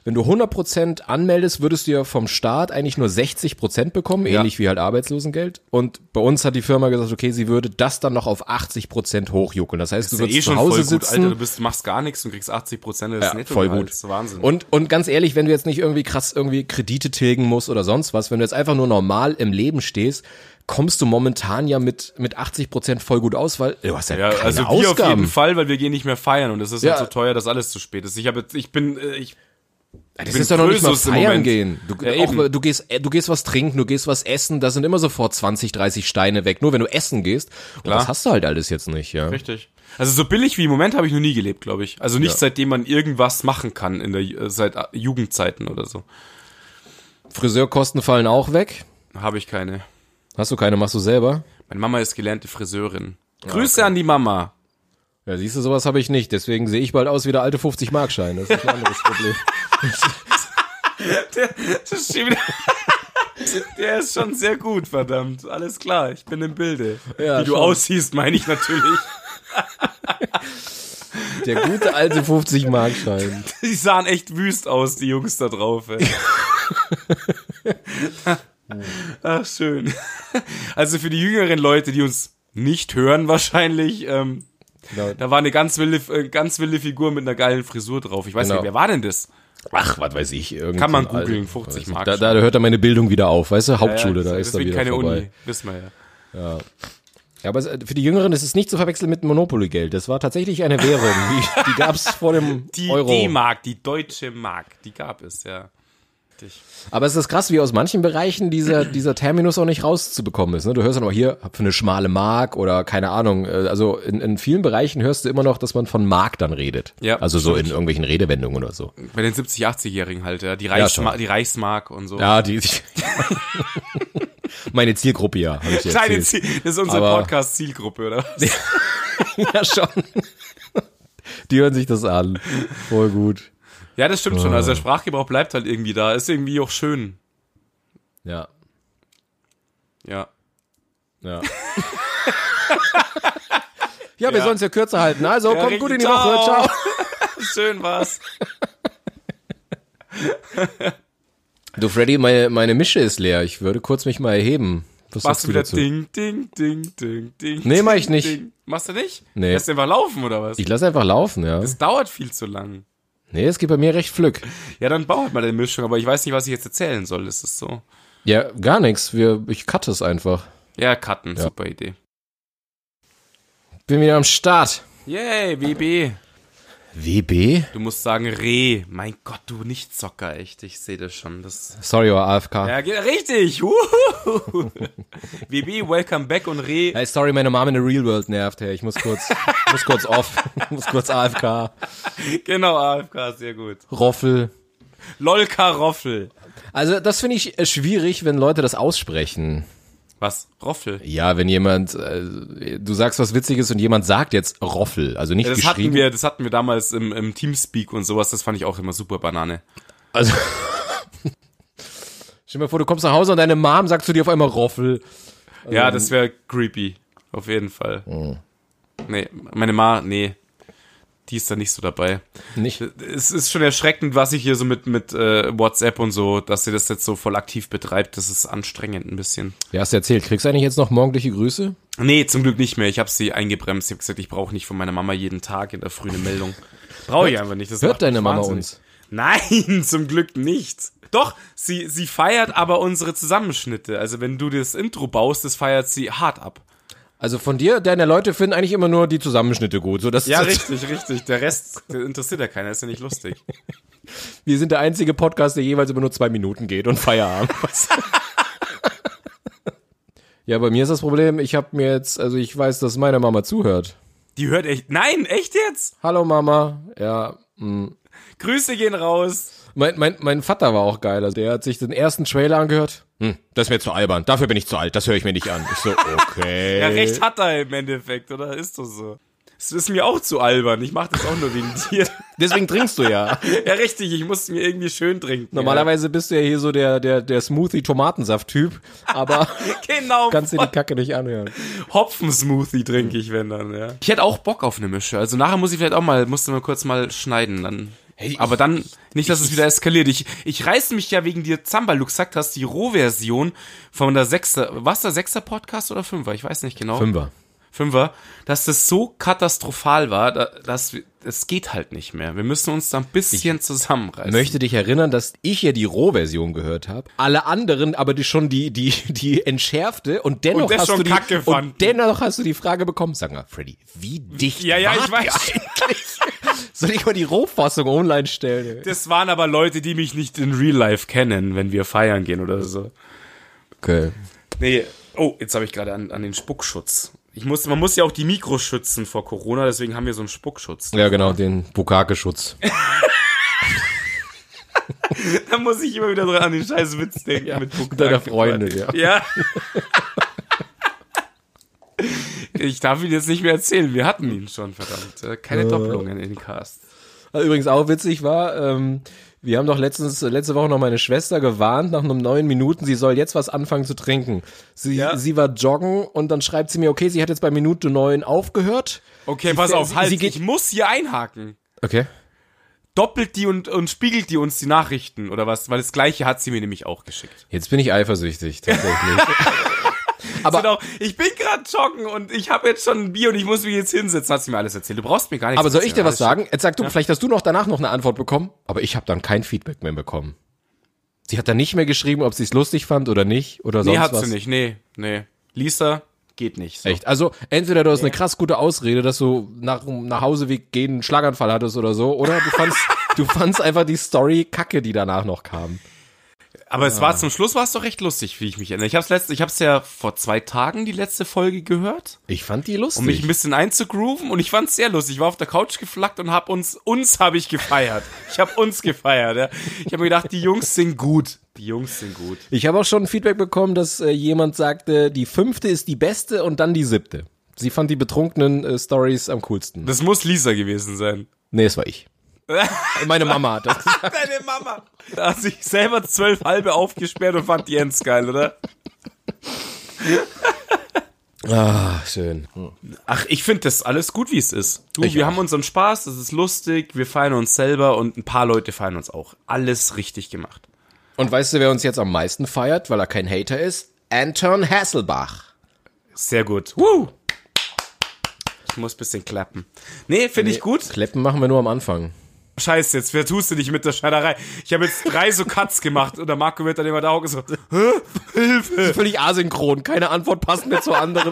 wenn du hundert Prozent anmeldest, würdest du ja vom Staat eigentlich nur sechzig Prozent bekommen, Ja. ähnlich wie halt Arbeitslosengeld. Und bei uns hat die Firma gesagt, okay, sie würde das dann noch auf achtzig Prozent hochjuckeln. Das heißt, du Das ist würdest ja eh zu schon Hause voll gut, sitzen. Alter, du bist, du machst gar nichts und kriegst achtzig Prozent des Ja, Netto. voll gut. Das ist Wahnsinn. Und, und ganz ehrlich, wenn du jetzt nicht irgendwie krass irgendwie Kredite tilgen musst oder sonst was, wenn du jetzt einfach nur normal im Leben stehst, kommst du momentan ja mit, mit achtzig Prozent voll gut aus, weil du hast ja, ja, keine also wir Ausgaben. auf jeden Fall, weil wir gehen nicht mehr feiern und es ist Ja. halt so teuer, dass alles zu spät ist. Ich habe jetzt, ich bin, äh, ich Das bin ist doch noch nicht mal Krösus im feiern Moment. gehen. Du, Ja, auch, eben. du gehst, äh, du gehst was trinken, du gehst was essen, da sind immer sofort zwanzig, dreißig Steine weg. Nur wenn du essen gehst. Und Klar. das hast du halt alles jetzt nicht, ja. Richtig. Also so billig wie im Moment habe ich noch nie gelebt, glaube ich. Also nicht Ja. seitdem man irgendwas machen kann in der äh, seit äh, Jugendzeiten oder so. Friseurkosten fallen auch weg. Habe ich keine. Hast du keine, machst du selber? Meine Mama ist gelernte Friseurin. Grüße an die Mama. Ja, siehst du, sowas habe ich nicht. Deswegen sehe ich bald aus wie der alte fünfzig-Mark-Schein. Das ist ein anderes Problem. Der, das ist schon wieder, der ist schon sehr gut, verdammt. Alles klar, ich bin im Bilde. Ja, wie du schon. aussiehst, meine ich natürlich. Der gute alte fünfzig-Mark-Schein. Die sahen echt wüst aus, die Jungs da drauf. Ey. Ach, schön. Also für die jüngeren Leute, die uns nicht hören wahrscheinlich, ähm, Genau. da war eine ganz wilde, äh, ganz wilde Figur mit einer geilen Frisur drauf. Ich weiß Genau. nicht, wer war denn das? Ach, was weiß ich. Irgend Kann man so ein googeln, Alter- fünfzig weiß Mark. ich. Da, da hört dann meine Bildung wieder auf, weißt du? Hauptschule, Ja, da ist er deswegen wieder keine vorbei. Uni, wissen wir ja. Ja, aber es- für die Jüngeren ist es nicht zu verwechseln mit Monopoly-Geld. Das war tatsächlich eine Währung. Die, die gab es vor dem Die Euro. D-Mark, die deutsche Mark, die gab es, ja. Richtig. Aber es ist krass, wie aus manchen Bereichen dieser, dieser Terminus auch nicht rauszubekommen ist. Ne? Du hörst dann auch hier für eine schmale Mark oder keine Ahnung. äh, Also in, in vielen Bereichen hörst du immer noch, dass man von Mark dann redet. Ja, also so in stimmt. irgendwelchen Redewendungen oder so. Bei den siebzig-, achtzigjährigen halt, ja. Die, Ja, Reichsma schon. die Reichsmark und so. Ja, die. Meine Zielgruppe, ja. Hab ich dir Kleine erzählt. Ziel, das ist unsere Aber- Podcast-Zielgruppe, oder was? Ja, schon. Die hören sich das an. Voll gut. Ja, das stimmt schon. Also der Sprachgebrauch bleibt halt irgendwie da. Ist irgendwie auch schön. Ja. Ja. Ja. Ja, wir Ja. sollen es ja kürzer halten. Also, Ja, kommt gut in die richtig. Woche. Ciao. Schön war's. Du, Freddy, meine, meine Mische ist leer. Ich würde kurz mich mal erheben. Was Machst sagst du du wieder dazu? Ding, Ding, Ding, Ding, Ding. Nee, mach ich Ding, nicht. Ding. Machst du nicht? Nee. Lässt du einfach laufen, oder was? Ich lasse einfach laufen, ja. Das dauert viel zu lang. Nee, es geht bei mir recht flück. Ja, dann bau halt mal deine Mischung, aber ich weiß nicht, was ich jetzt erzählen soll. Das ist so. Ja, gar nichts. Wir, ich cutte es einfach. Ja, cutten, Ja. super Idee. Bin wieder am Start. Yay, W B. W B? Du musst sagen Reh. Mein Gott, du Nicht-Zocker, echt. Ich sehe das schon. Das Sorry, aber A F K. ja, geht richtig. Uhuhu. W B, welcome back und Reh. Hey, sorry, meine Mom in der Real World nervt. Hey, ich muss kurz, muss kurz off. muss kurz A F K. Genau, A F K, sehr gut. Roffel. Lolka Roffel. Also, das finde ich äh, schwierig, wenn Leute das aussprechen. Was? Roffel? Ja, wenn jemand, äh, du sagst was Witziges und jemand sagt jetzt Roffel, also nicht Ja, das geschrieben. hatten wir, das hatten wir damals im, im Teamspeak und sowas. Das fand ich auch immer super Banane. Also, stell dir mal vor, du kommst nach Hause und deine Mom sagt zu dir auf einmal Roffel. Ja, das wäre creepy. Auf jeden Fall. Oh. Nee, meine Ma, nee. Die ist da nicht so dabei. Nicht? Es ist schon erschreckend, was ich hier so mit, mit äh, WhatsApp und so, dass sie das jetzt so voll aktiv betreibt. Das ist anstrengend ein bisschen. Ja, hast du erzählt. Kriegst du eigentlich jetzt noch morgendliche Grüße? Nee, zum Glück nicht mehr. Ich habe sie eingebremst. Ich habe gesagt, ich brauche nicht von meiner Mama jeden Tag in der Früh eine Meldung. Brauche ich einfach nicht. Das Hört macht deine mich Mama wahnsinnig. uns? Nein, zum Glück nicht. Doch, sie, sie feiert aber unsere Zusammenschnitte. Also wenn du das Intro baust, das feiert sie hart ab. Also von dir, deine Leute finden eigentlich immer nur die Zusammenschnitte gut. So, das Ja, ist, richtig, richtig. Der Rest der interessiert ja keiner, ist ja nicht lustig. Wir sind der einzige Podcast, der jeweils immer nur zwei Minuten geht und Feierabend. Was? Ja, bei mir ist das Problem, ich habe mir jetzt, also ich weiß, dass meine Mama zuhört. Die hört echt, nein, echt jetzt? Hallo Mama, ja. Mh. Grüße gehen raus. Mein, mein, mein Vater war auch geil, also der hat sich den ersten Trailer angehört. Hm, das ist mir zu albern, dafür bin ich zu alt, das höre ich mir nicht an. Ich so, okay. Ja, recht hat er im Endeffekt, oder? Ist doch so. Es ist mir auch zu albern. Ich mach das auch nur wegen dir. Deswegen trinkst du ja. Ja, richtig. Ich muss mir irgendwie schön trinken. Normalerweise bist du ja hier so der, der, der Smoothie-Tomatensaft-Typ, aber Ja. Genau. kannst dir die Kacke nicht anhören. Hopfen-Smoothie trinke ich, wenn dann, ja. Ich hätte auch Bock auf eine Mische. Also nachher muss ich vielleicht auch mal, musst du mal kurz mal schneiden. Dann Hey, Aber dann, ich, nicht, dass ich, es wieder eskaliert. Ich, ich reiß mich ja wegen dir zusammen, weil du gesagt hast, die Rohversion von der Sechser, was der Sechser Podcast oder Fünfer? Ich weiß nicht genau. Fünfer. Fünfer, dass das so katastrophal war, dass es geht halt nicht mehr. Wir müssen uns da ein bisschen ich zusammenreißen. Möchte dich erinnern, dass ich ja die Rohversion gehört habe, alle anderen aber die schon die die die entschärfte und dennoch und hast du die Kacke und dennoch hast du die Frage bekommen. Sag mal, Freddy, wie dicht ja ja war ich weiß eigentlich? Soll ich mal die Rohfassung online stellen? Das waren aber Leute, die mich nicht in Real Life kennen, wenn wir feiern gehen oder so. Okay. Nee, oh, jetzt habe ich gerade an, an den Spuckschutz. Ich muss, man muss ja auch die Mikros schützen vor Corona, deswegen haben wir so einen Spuckschutz. Ja, genau, den Bukake-Schutz. Da muss ich immer wieder dran an den scheiß Witz denken. Ja, mit Bukake. Deiner Freundin, ja. Ja. Ich darf ihn jetzt nicht mehr erzählen, wir hatten ihn schon, verdammt. Keine äh. Doppelungen in den Cast. Übrigens auch witzig war, ähm, wir haben doch letztens, letzte Woche noch meine Schwester gewarnt, nach einem neun Minuten, sie soll jetzt was anfangen zu trinken. Sie, ja. sie war joggen und dann schreibt sie mir, okay, sie hat jetzt bei Minute neun aufgehört. Okay, sie pass auf, sie, halt, sie geht, ich muss hier einhaken. Okay. Doppelt die und, und spiegelt die uns die Nachrichten oder was? Weil das Gleiche hat sie mir nämlich auch geschickt. Jetzt bin ich eifersüchtig, tatsächlich. aber auch, ich bin gerade joggen und ich habe jetzt schon ein Bier und ich muss mich jetzt hinsetzen, hat sie mir alles erzählt. Du brauchst mir gar nichts Aber soll ich dir was alles sagen? Jetzt sag du, ja. vielleicht hast du noch danach noch eine Antwort bekommen, aber ich habe dann kein Feedback mehr bekommen. Sie hat dann nicht mehr geschrieben, ob sie es lustig fand oder nicht oder sonst nee, hat was. sie nicht, nee, nee. Lisa, geht nicht. So. Echt? Also entweder du hast nee. eine krass gute Ausrede, dass du nach, nach Hauseweg gehen einen Schlaganfall hattest oder so, oder du fandst, du fandst einfach die Story kacke, die danach noch kam. Aber es war zum Schluss war es doch recht lustig, wie ich mich erinnere. Ich hab's letzte, ich hab's ja vor zwei Tagen die letzte Folge gehört. Ich fand die lustig. Um mich ein bisschen einzugrooven und ich fand's sehr lustig. Ich war auf der Couch geflackt und hab uns, uns habe ich gefeiert. Ich hab uns gefeiert, ja. Ich habe mir gedacht, die Jungs sind gut. Die Jungs sind gut. Ich habe auch schon Feedback bekommen, dass äh, jemand sagte, die fünfte ist die beste und dann die siebte. Sie fand die betrunkenen äh, Stories am coolsten. Das muss Lisa gewesen sein. Nee, es war ich. Meine Mama hat das gesagt. Deine Mama. Da hat sich selber zwölf halbe aufgesperrt und fand die Ends geil, oder? Ah, schön. Ach, ich finde das alles gut, wie es ist. Du, ich wir auch. haben unseren Spaß, das ist lustig, wir feiern uns selber und ein paar Leute feiern uns auch. Alles richtig gemacht. Und weißt du, wer uns jetzt am meisten feiert, weil er kein Hater ist? Anton Hasselbach. Sehr gut. Woo! Ich muss ein bisschen klappen. Nee, finde nee, ich gut. Klappen machen wir nur am Anfang. Scheiße, jetzt wer tust du dich mit der Schneiderei? Ich habe jetzt drei so Cuts gemacht und der Marco wird dann immer da auch so, hä? Hilfe! Völlig asynchron, keine Antwort passt mehr zur anderen.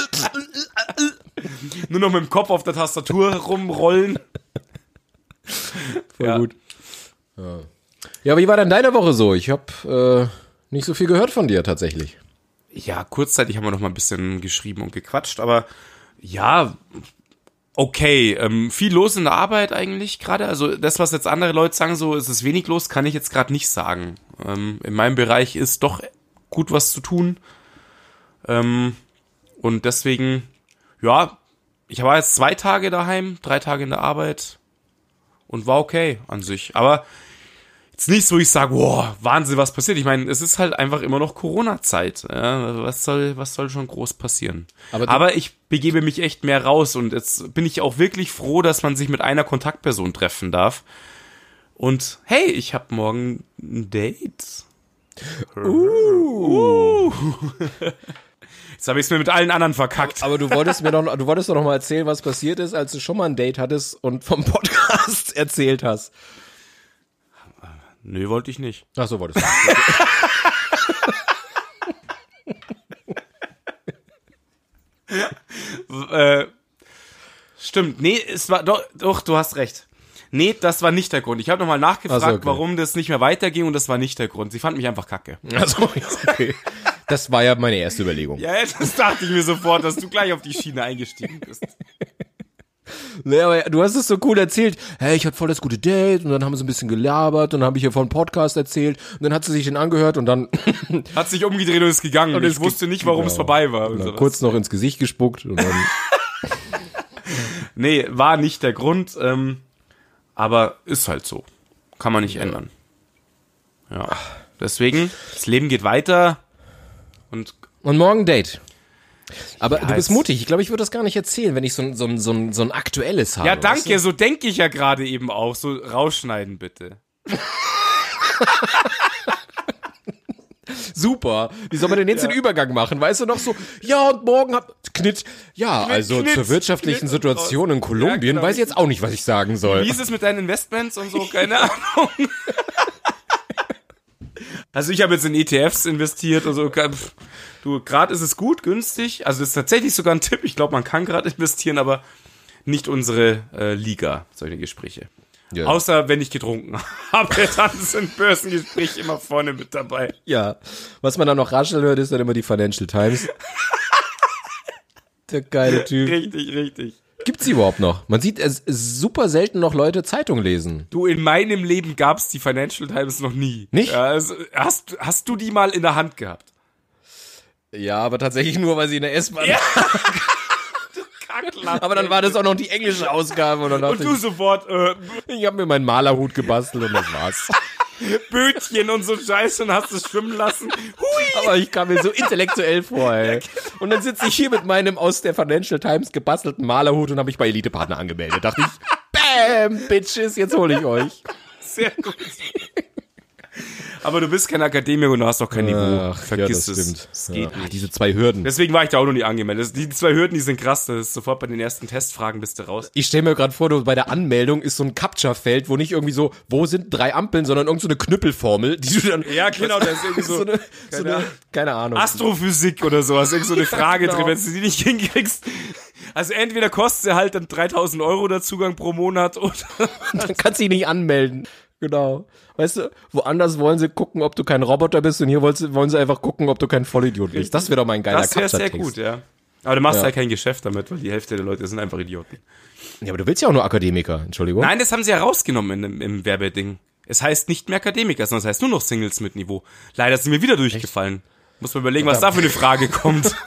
Nur noch mit dem Kopf auf der Tastatur rumrollen. Voll ja. gut. Ja. ja, wie war denn deine Woche so? Ich habe äh, nicht so viel gehört von dir tatsächlich. Ja, kurzzeitig haben wir noch mal ein bisschen geschrieben und gequatscht, aber ja, okay, ähm, viel los in der Arbeit eigentlich gerade. Also das, was jetzt andere Leute sagen, so ist es wenig los, kann ich jetzt gerade nicht sagen. Ähm, in meinem Bereich ist doch gut was zu tun. Ähm, und deswegen, ja, ich war jetzt zwei Tage daheim, drei Tage in der Arbeit und war okay an sich. Aber jetzt nichts, wo ich sage, boah, Wahnsinn, was passiert. Ich meine, es ist halt einfach immer noch Corona-Zeit. Ja, was soll, was soll schon groß passieren? Aber, Aber ich begebe mich echt mehr raus und jetzt bin ich auch wirklich froh, dass man sich mit einer Kontaktperson treffen darf. Und hey, ich habe morgen ein Date. Uh. Jetzt habe ich es mir mit allen anderen verkackt. Aber, aber du wolltest mir doch, du wolltest doch noch mal erzählen, was passiert ist, als du schon mal ein Date hattest und vom Podcast erzählt hast. Nö, wollte ich nicht. Ach so, wolltest du. äh, stimmt, nee, es war doch, doch, du hast recht. Nee, das war nicht der Grund. Ich habe nochmal nachgefragt, so, okay. warum das nicht mehr weiterging und das war nicht der Grund. Sie fand mich einfach kacke. Also, okay. Das war ja meine erste Überlegung. Ja, das dachte ich mir sofort, dass du gleich auf die Schiene eingestiegen bist. Nee, aber du hast es so cool erzählt. Hey, ich hatte voll das gute Date und dann haben sie ein bisschen gelabert und dann habe ich ihr von Podcast erzählt und dann hat sie sich den angehört und dann hat sich umgedreht und ist gegangen und ich wusste nicht, warum genau. es vorbei war. Und dann kurz noch ins Gesicht gespuckt und dann nee, war nicht der Grund, ähm, aber ist halt so. Kann man nicht ja. ändern. Ja, deswegen, das Leben geht weiter und und morgen Date. Aber Ja, du bist jetzt- mutig. Ich glaube, ich würde das gar nicht erzählen, wenn ich so ein, so ein, so ein, so ein aktuelles habe. Ja, weißt danke, du? so denke ich ja gerade eben auch. So rausschneiden bitte. Super. Wie soll man denn jetzt den Übergang machen? Weißt du noch so, ja, und morgen hab, Knit, ja, also Knit, zur wirtschaftlichen Knit Situation in Kolumbien Ja, genau. weiß ich jetzt auch nicht, was ich sagen soll. Wie ist es mit deinen Investments und so? Keine Ahnung. Also ich habe jetzt in E T Fs investiert und so. Pff, Du, gerade ist es gut, günstig. Also das ist tatsächlich sogar ein Tipp. Ich glaube, man kann gerade investieren, aber nicht unsere äh, Liga, solche Gespräche. Ja. Außer wenn ich getrunken habe, dann sind Börsengespräche immer vorne mit dabei. Ja. Was man dann noch rascheln hört, ist dann immer die Financial Times. Der geile Typ. Richtig, richtig. Gibt's die überhaupt noch? Man sieht es super selten noch Leute Zeitung lesen. Du, in meinem Leben gab's die Financial Times noch nie. Nicht? Ja, also, hast, hast du die mal in der Hand gehabt? Ja, aber tatsächlich nur, weil sie in der S-Bahn. Ja. Kacklatte. Aber dann war das auch noch die englische Ausgabe und dann dachte Und du sofort, äh, ich, ich habe mir meinen Malerhut gebastelt und das war's. Bötchen und so Scheiße und hast es schwimmen lassen. Hui! Aber ich kam mir so intellektuell vor, ey. Und dann sitze ich hier mit meinem aus der Financial Times gebastelten Malerhut und habe mich bei Elite Partner angemeldet. Dachte ich, bam, Bitches, jetzt hole ich euch. Sehr gut. Aber du bist kein Akademiker und du hast auch kein Niveau. Ach, Vergiss ja, das es. stimmt. Es geht Ja, nicht. diese zwei Hürden. Deswegen war ich da auch noch nie angemeldet. Die zwei Hürden, die sind krass. Das ist sofort bei den ersten Testfragen bist du raus. Ich stelle mir gerade vor, du, bei der Anmeldung ist so ein Captcha-Feld, wo nicht irgendwie so, wo sind drei Ampeln, sondern irgend so eine Knüppelformel, die du dann... Ja, genau, da ist irgendwie so, so eine, so keine eine, keine Ahnung. Astrophysik oder sowas. Irgend so eine Frage genau. drin, wenn du die nicht hinkriegst. Also entweder kostet sie halt dann dreitausend Euro der Zugang pro Monat oder... Dann kannst du dich nicht anmelden. Genau. Weißt du, woanders wollen sie gucken, ob du kein Roboter bist und hier wollen sie, wollen sie einfach gucken, ob du kein Vollidiot bist. Das wäre doch mal ein geiler Das wäre sehr Captcha-Text. gut, ja. Aber du machst Ja. halt kein Geschäft damit, weil die Hälfte der Leute sind einfach Idioten. Ja, aber du willst ja auch nur Akademiker, Entschuldigung. Nein, das haben sie ja rausgenommen im, im Werbeding. Es heißt nicht mehr Akademiker, sondern es heißt nur noch Singles mit Niveau. Leider sind mir wieder durchgefallen. Muss man überlegen, was da für eine Frage kommt.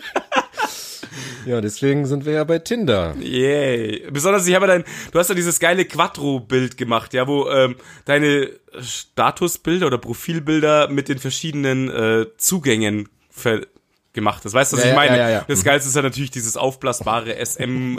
Ja, deswegen sind wir ja bei Tinder. Yay. Besonders, ich habe dein, du hast ja dieses geile Quattro-Bild gemacht, ja, wo ähm, deine Statusbilder oder Profilbilder mit den verschiedenen äh, Zugängen ver gemacht hast. Weißt du, was Ja, ich ja, meine? ja, ja. Das Geilste ist ja natürlich dieses aufblasbare S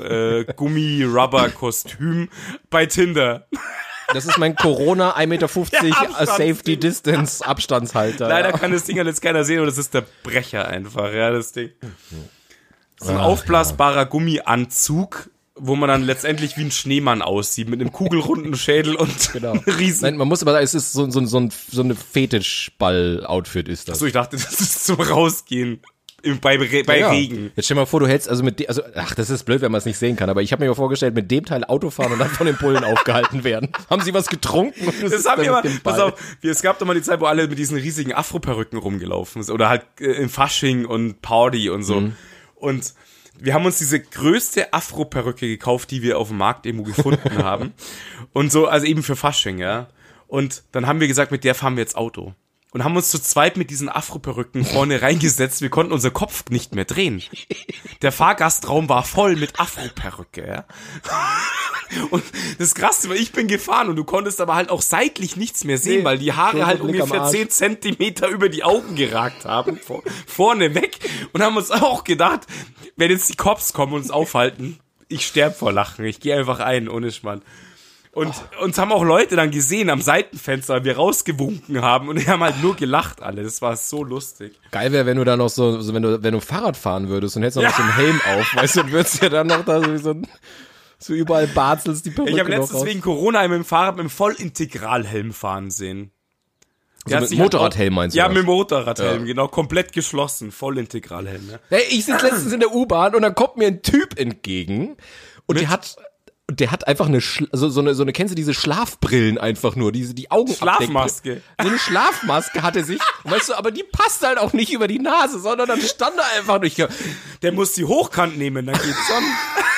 M-Gummi-Rubber-Kostüm bei Tinder. Das ist mein Corona eins Meter fünfzig Ja, Abstands- Safety Distance Abstandshalter. Leider ja. kann das Ding halt jetzt keiner sehen und das ist der Brecher einfach, ja, das Ding. So ein Ach, aufblasbarer Gummianzug, wo man dann letztendlich wie ein Schneemann aussieht, mit einem kugelrunden Schädel und Genau. riesen... Nein, man muss aber sagen, es ist so, so, so, ein, so eine Fetischball-Outfit ist das. Achso, ich dachte, das ist zum Rausgehen im, bei, Re bei Ja. Regen. Jetzt stell mal vor, du hältst also mit, de- also ach, das ist blöd, wenn man es nicht sehen kann, aber ich habe mir mal vorgestellt, mit dem Teil Auto fahren und dann von den Bullen aufgehalten werden. Haben sie was getrunken? Und du Das sitzt haben da wir mal, mit dem pass Ball. auf, wir- es gab doch mal die Zeit, wo alle mit diesen riesigen Afro-Perücken rumgelaufen sind oder halt äh, im Fasching und Party und so. Mhm. Und wir haben uns diese größte Afro-Perücke gekauft, die wir auf dem Markt irgendwo gefunden haben. Und so, also eben für Fasching, ja. Und dann haben wir gesagt, mit der fahren wir jetzt Auto. Und haben uns zu zweit mit diesen Afro-Perücken vorne reingesetzt. Wir konnten unseren Kopf nicht mehr drehen. Der Fahrgastraum war voll mit Afro-Perücke, ja. Und das Krasse war, ich bin gefahren und du konntest aber halt auch seitlich nichts mehr sehen, Nee, weil die Haare so halt ein Blick am ungefähr Arsch. zehn Zentimeter über die Augen geragt haben, vor, vorne weg. Und haben uns auch gedacht, wenn jetzt die Cops kommen und uns aufhalten, ich sterb vor Lachen, ich gehe einfach ein, ohne Schmarrn. Und uns haben auch Leute dann gesehen am Seitenfenster, weil wir rausgewunken haben und die haben halt nur gelacht alle. Das war so lustig. Geil wäre, wenn du da noch so, so wenn du, wenn du Fahrrad fahren würdest und hättest noch, Ja. noch so einen Helm auf, weißt du, und würdest ja dann noch da so, wie so, ein, so überall Barzels die Perücke Ich habe noch letztens raus. wegen Corona mit dem Fahrrad mit dem Vollintegralhelm fahren sehen. Der So hat mit sich halt Motorradhelm auch- meinst du Ja, das? mit dem Motorradhelm, Ja. genau, komplett geschlossen, Vollintegralhelm. Ne? Hey, ich sitze letztens in der U-Bahn und dann kommt mir ein Typ entgegen und der hat und der hat einfach eine Schla- so, so eine so eine kennst du diese Schlafbrillen einfach nur, diese die Augen Schlafmaske. So eine Schlafmaske hatte sich, und weißt du, aber die passt halt auch nicht über die Nase, sondern dann stand er einfach nicht. Und Der muss die hochkant nehmen, dann geht's schon.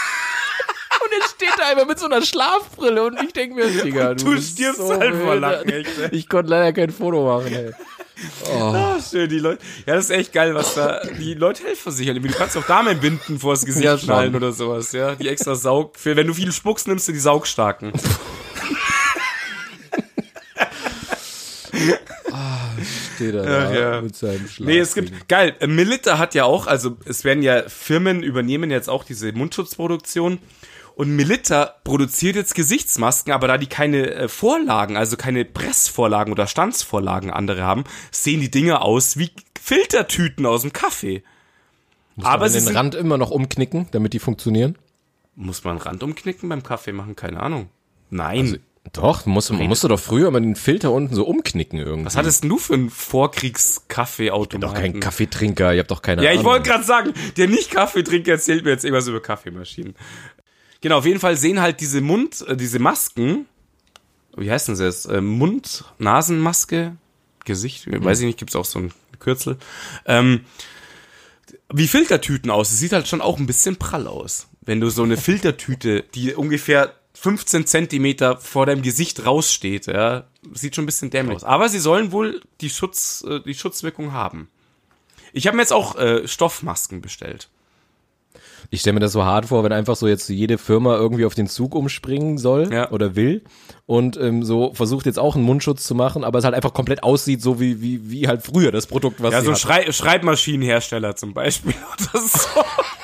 er steht da einfach mit so einer Schlafbrille und ich denke mir, Digga, du, Du bist stirbst so halt vor wild. Lachen, echt, ey. Ich konnte leider kein Foto machen, ey. Ah, schön, die Leute. Ja, das ist echt geil, was da. Die Leute helfen sich halt. Du kannst auch Damenbinden vors Gesicht Ja, schon. schnallen oder sowas, ja. Die extra Saug. Für, wenn du viel spuckst, nimmst du die Saugstarken. steht er Ach, da ja. mit seinem Schlaf. Nee, es gibt, geil, äh, Melitta hat ja auch, also es werden ja Firmen übernehmen jetzt auch diese Mundschutzproduktion und Melitta produziert jetzt Gesichtsmasken, aber da die keine äh, Vorlagen, also keine Pressvorlagen oder Stanzvorlagen andere haben, sehen die Dinger aus wie Filtertüten aus dem Kaffee. Muss aber man sie den sind, Rand immer noch umknicken, damit die funktionieren? muss man einen Rand umknicken beim Kaffee machen? Keine Ahnung. Nein. Also, doch, musst, man musste doch früher mal den Filter unten so umknicken irgendwie. Was hattest denn du für einen Vorkriegs-Kaffeeautomaten? Doch kein Kaffeetrinker, ihr habt doch keine Ja, Ahnung. ich wollte gerade sagen, der Nicht-Kaffeetrinker erzählt mir jetzt irgendwas über Kaffeemaschinen. Genau, auf jeden Fall sehen halt diese Mund, äh, diese Masken, wie heißen sie es? Äh, Mund, Nasenmaske, Gesicht, hm. weiß ich nicht, gibt's auch so ein Kürzel. Ähm, wie Filtertüten aus. Es sieht halt schon auch ein bisschen prall aus. Wenn du so eine Filtertüte, die ungefähr fünfzehn Zentimeter vor deinem Gesicht raussteht, ja, sieht schon ein bisschen dämlich aus. Aber sie sollen wohl die Schutz, äh, die Schutzwirkung haben. Ich habe mir jetzt auch äh, Stoffmasken bestellt. Ich stelle mir das so hart vor, wenn einfach so jetzt jede Firma irgendwie auf den Zug umspringen soll Ja. oder will und ähm, so versucht jetzt auch einen Mundschutz zu machen, aber es halt einfach komplett aussieht, so wie wie wie halt früher das Produkt, was Ja, sie so ein hatten. Schrei Schreibmaschinenhersteller zum Beispiel oder so.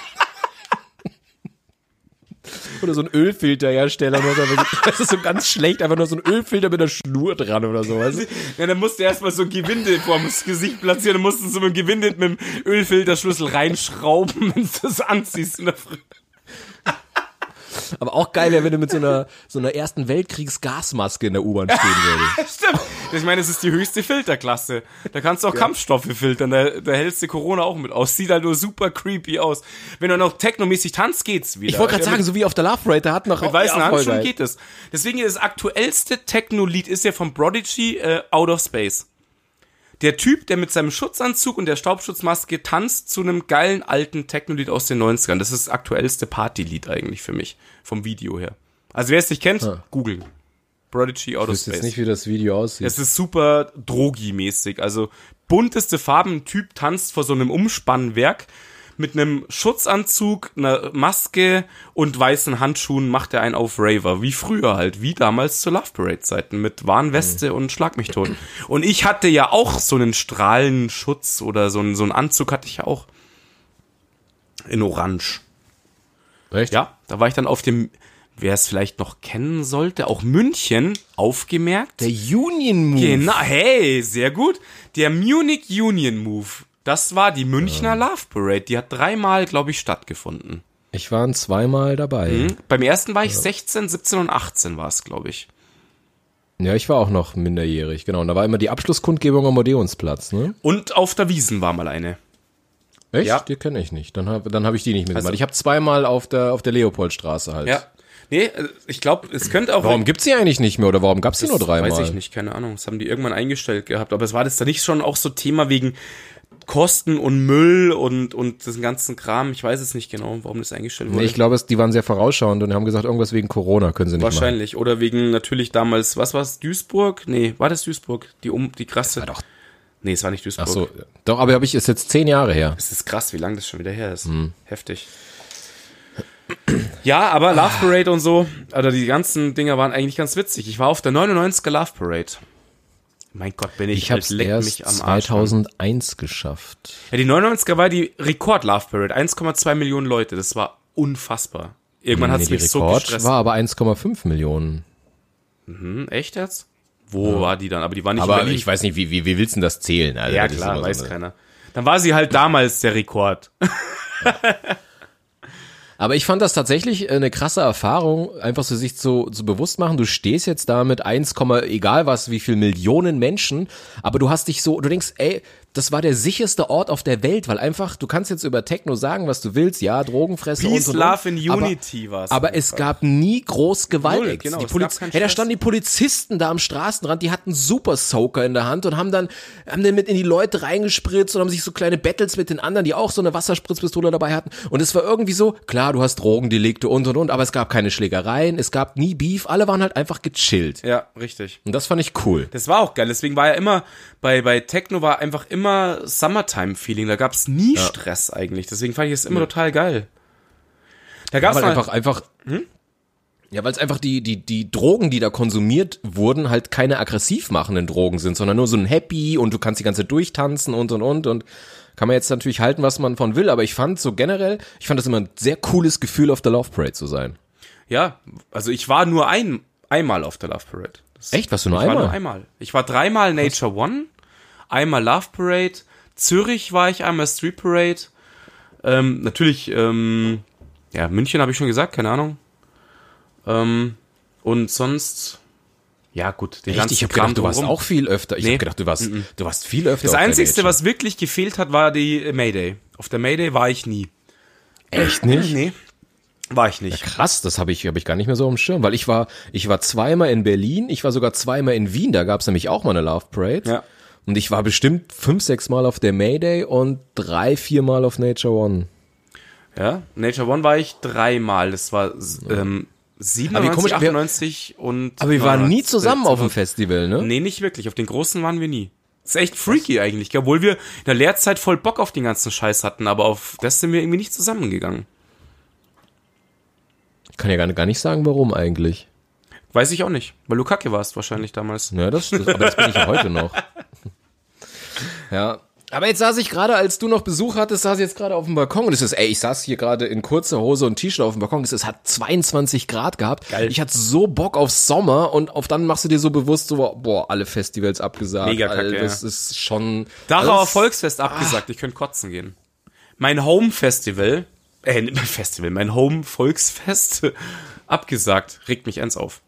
Oder so ein Ölfilterhersteller, nur so, das ist so ganz schlecht, einfach nur so ein Ölfilter mit einer Schnur dran oder so, weißt du? Ja, dann musst du erstmal so ein Gewinde vorm Gesicht platzieren, dann musst du so ein Gewinde mit dem Ölfilterschlüssel reinschrauben, wenn du das anziehst in der Früh. Aber auch geil wäre, wenn du mit so einer so einer ersten Weltkriegs-Gasmaske in der U-Bahn stehen würdest. Stimmt. Ich meine, das ist die höchste Filterklasse. Da kannst du auch ja. Kampfstoffe filtern, da, da hältst du Corona auch mit aus. Sieht halt nur super creepy aus. Wenn du noch technomäßig tanzt, geht's wieder. Ich wollte gerade ja, sagen, so wie auf der Love Parade, da hat noch mit auch weißen ja, Handschuhen geil. geht es. Deswegen das aktuellste Techno-Lied ist ja von Prodigy, äh, Out of Space. Der Typ, der mit seinem Schutzanzug und der Staubschutzmaske tanzt zu einem geilen alten Techno-Lied aus den neunzigern. Das ist das aktuellste Party-Lied eigentlich für mich, vom Video her. Also wer es nicht kennt, ah. googeln. Prodigy Out of Ich weiß Space. jetzt nicht, wie das Video aussieht. Es ist super drogi-mäßig. Also bunteste Farben, ein Typ tanzt vor so einem Umspannwerk mit einem Schutzanzug, einer Maske und weißen Handschuhen macht er einen auf Raver. Wie früher halt, wie damals zur Love Parade-Zeiten mit Warnweste mhm. und Schlag mich tot. Und ich hatte ja auch so einen Strahlenschutz oder so einen, so einen Anzug hatte ich ja auch. In Orange. Echt? Ja, da war ich dann auf dem, wer es vielleicht noch kennen sollte, auch München aufgemerkt. Der Union Move. Genau, hey, sehr gut. Der Munich Union Move. Das war die Münchner ja. Love Parade. Die hat dreimal, glaube ich, stattgefunden. Ich war zweimal dabei. Mhm. Beim ersten war ich ja. sechzehn, siebzehn und achtzehn war es, glaube ich. Ja, ich war auch noch minderjährig, genau. Und da war immer die Abschlusskundgebung am Odeonsplatz, ne? Und auf der Wiesn war mal eine. Echt? Ja. Die kenne ich nicht. Dann habe dann hab ich die nicht mitgemacht. Also, ich habe zweimal auf der, auf der Leopoldstraße halt. Ja. Nee, ich glaube, es könnte auch... Warum gibt's die eigentlich nicht mehr oder warum gab's die nur dreimal? Weiß ich nicht, keine Ahnung. Das haben die irgendwann eingestellt gehabt. Aber es war das da nicht schon auch so Thema wegen Kosten und Müll und, und diesen ganzen Kram? Ich weiß es nicht genau, warum das eingestellt wurde. Nee, ich glaube, die waren sehr vorausschauend und haben gesagt, irgendwas wegen Corona können sie nicht Wahrscheinlich. machen. Oder wegen natürlich damals, was war's, Duisburg? Nee, war das Duisburg? Die um die krasse... Das war doch... Nee, es war nicht Duisburg. Ach so, doch, aber habe ich, ist jetzt zehn Jahre her. Es ist krass, wie lange das schon wieder her ist. Hm. Heftig. Ja, aber Love Parade und so, oder die ganzen Dinger waren eigentlich ganz witzig. Ich war auf der neunundneunziger Love Parade. Mein Gott, bin ich, ich hab's leck erst mich am Arsch. zweitausendeins geschafft. Ja, die neunundneunziger war die Rekord Love Parade. eins Komma zwei Millionen Leute. Das war unfassbar. Irgendwann nee, hat's die mich so Rekord gestresst. war aber eins Komma fünf Millionen. Mhm, echt jetzt? Wo ja. war die dann? Aber die war nicht Aber in Berlin. ich weiß nicht, wie, wie, wie willst du denn das zählen? Alter? Ja Das klar, ist weiß so eine... keiner. Dann war sie halt damals der Rekord. Ja. Aber ich fand das tatsächlich eine krasse Erfahrung, einfach so sich so, so bewusst machen, du stehst jetzt da mit eins, egal was, wie viel Millionen Menschen, aber du hast dich so, du denkst, ey, das war der sicherste Ort auf der Welt, weil einfach, du kannst jetzt über Techno sagen, was du willst, ja, Drogenfresse Peace, und so. Love and Unity war es. Aber es gab nie groß Gewalt. Null, genau, die es Poliz- gab keinen hey, da Stress. standen die Polizisten da am Straßenrand, die hatten Super Soaker in der Hand und haben dann, haben dann mit in die Leute reingespritzt und haben sich so kleine Battles mit den anderen, die auch so eine Wasserspritzpistole dabei hatten. Und es war irgendwie so, klar, du hast Drogendelikte und und und, aber es gab keine Schlägereien, es gab nie Beef, alle waren halt einfach gechillt. Ja, richtig. Und das fand ich cool. Das war auch geil. Deswegen war ja immer, bei, bei Techno war einfach immer Summertime-Feeling. Da gab's nie ja. Stress eigentlich. Deswegen fand ich es immer ja. total geil. Da gab's ja, mal, einfach, einfach, hm? Ja, weil es einfach die, die, die Drogen, die da konsumiert wurden, halt keine aggressiv machenden Drogen sind, sondern nur so ein Happy und du kannst die ganze Zeit durchtanzen und und und und kann man jetzt natürlich halten, was man von will, aber ich fand so generell, ich fand das immer ein sehr cooles Gefühl, auf der Love Parade zu sein. Ja, also ich war nur ein, einmal auf der Love Parade. Das, Echt? Warst du nur ich einmal? Ich war nur einmal. Ich war dreimal Nature One, einmal Love Parade, Zürich war ich einmal Street Parade, ähm, natürlich, ähm, ja, München habe ich schon gesagt, keine Ahnung. Ähm, und sonst, ja gut, den Echt? ganzen Ich hab Kram gedacht, du warst drumherum. auch viel öfter. Ich Nee. hab gedacht, du warst, Mhm. du warst viel öfter. Das auf der Einzige, Nature. was wirklich gefehlt hat, war die Mayday. Auf der Mayday war ich nie. Echt nicht? Nee, war ich nicht. Krass, das habe ich, hab ich gar nicht mehr so auf dem Schirm, weil ich war, ich war zweimal in Berlin, ich war sogar zweimal in Wien, da gab's nämlich auch mal eine Love Parade. Ja. Und ich war bestimmt fünf, sechs Mal auf der Mayday und drei, vier Mal auf Nature One. Ja, Nature One war ich dreimal. Das war ähm, siebenundneunzig, komisch, wir- achtundneunzig und Aber wir waren nie neunundneunzig. zusammen auf dem Festival, ne? Nee, nicht wirklich. Auf den großen waren wir nie. Das ist echt freaky eigentlich, obwohl wir in der Lehrzeit voll Bock auf den ganzen Scheiß hatten, aber auf das sind wir irgendwie nicht zusammengegangen. Ich kann ja gar, gar nicht sagen, warum eigentlich. Weiß ich auch nicht, weil du kacke warst wahrscheinlich damals. Ja, das, das aber das bin ich ja heute noch. Ja. Aber jetzt saß ich gerade, als du noch Besuch hattest, saß ich jetzt gerade auf dem Balkon und es ist, ey, ich saß hier gerade in kurzer Hose und T-Shirt auf dem Balkon, es hat zweiundzwanzig Grad gehabt. Geil. Ich hatte so Bock auf Sommer und auf dann machst du dir so bewusst so, boah, alle Festivals abgesagt. Mega kacke, all, das ja. ist schon... Dachauer alles- Volksfest abgesagt, ich könnte kotzen gehen. Mein Home-Festival, äh, nicht mein Festival, mein Home-Volksfest abgesagt, regt mich eins auf.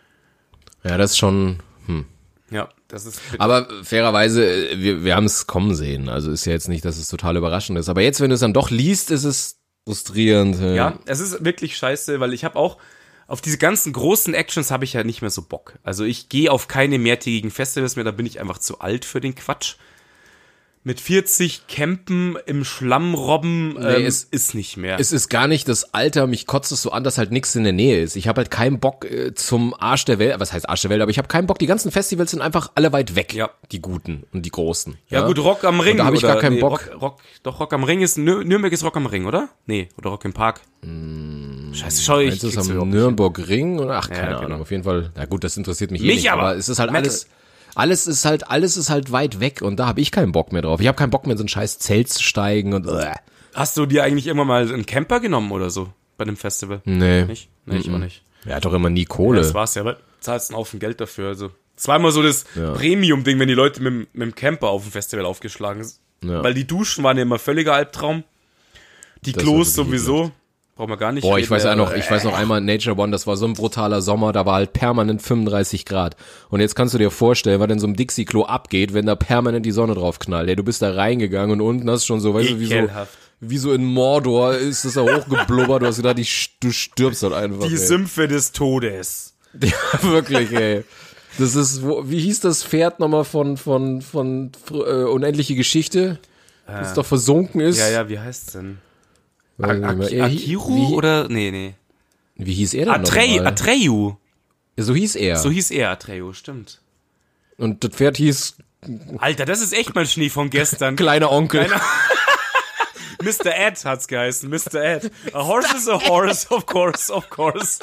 Ja, das ist schon... Hm. Ja, das ist... Aber fairerweise, wir, wir haben es kommen sehen. Also ist ja jetzt nicht, dass es total überraschend ist. Aber jetzt, wenn du es dann doch liest, ist es frustrierend. Ja, es ist wirklich scheiße, weil ich habe auch, auf diese ganzen großen Actions habe ich ja nicht mehr so Bock. Also ich gehe auf keine mehrtägigen Festivals mehr, da bin ich einfach zu alt für den Quatsch. Mit vierzig Campen im Schlamm robben ähm, Nee, es- ist nicht mehr. Es ist gar nicht das Alter, mich kotzt es so an, dass halt nichts in der Nähe ist. Ich habe halt keinen Bock äh, zum Arsch der Welt, was heißt Arsch der Welt, aber ich habe keinen Bock, die ganzen Festivals sind einfach alle weit weg, Ja. die guten und die großen. ja, gut, Rock am Ring. Und da hab ich oder, gar keinen nee, Bock. Rock, Rock, doch, Rock am Ring ist, Nür Nürnberg ist Rock am Ring, oder? Nee, oder Rock im Park. Scheiße, schau, ich Meinst du es krieg's am überhaupt nicht Nürnberg-Ring oder ach, keine Ja, Ahnung, genau. auf jeden Fall. Na gut, das interessiert mich, eh Mich nicht, aber. aber es ist halt Metal. alles alles ist halt alles ist halt weit weg und da habe ich keinen Bock mehr drauf. Ich habe keinen Bock mehr in so ein scheiß Zelt zu steigen und äh. Hast du dir eigentlich immer mal einen Camper genommen oder so bei dem Festival? Nee. Nicht? Nee, ich auch nicht. Er hat doch immer nie Ja, Kohle. das war's ja, aber du zahlst einen Haufen Geld dafür. Also, es war immer so das Ja. Premium-Ding, wenn die Leute mit, dem- mit dem Camper auf dem Festival aufgeschlagen sind. Ja. Weil die Duschen waren ja immer völliger Albtraum. Die Das Klos war wirklich sowieso. Brauchen wir gar nicht Boah, ich reden, weiß ja äh, noch, ich weiß noch einmal in Nature One, das war so ein brutaler Sommer, da war halt permanent fünfunddreißig Grad. Und jetzt kannst du dir vorstellen, was in so einem Dixie-Klo abgeht, wenn da permanent die Sonne drauf knallt. Ja, du bist da reingegangen und unten hast schon so, weißt du, wie so, Ekelhaft. wie so in Mordor ist das da hochgeblubbert, du hast gedacht, ich, du stirbst halt einfach. Die ey. Sümpfe des Todes. Ja, wirklich, ey. Das ist, wo, wie hieß das Pferd nochmal von, von, von, äh, Unendliche Geschichte? Das doch versunken ist. Ja, ja, wie heißt's denn? Weiß ich nicht mehr. Ak Er hi- Akiru wie, oder? Nee, nee. wie hieß er denn Atrey, nochmal? Atreyu. So hieß er. So hieß er, Atreyu, stimmt. Und das Pferd hieß Alter, das ist echt mal Schnee von gestern. Kleiner Onkel. Kleiner- Mister Ed hat's geheißen, Mister Ed. A horse is a horse, of course, of course.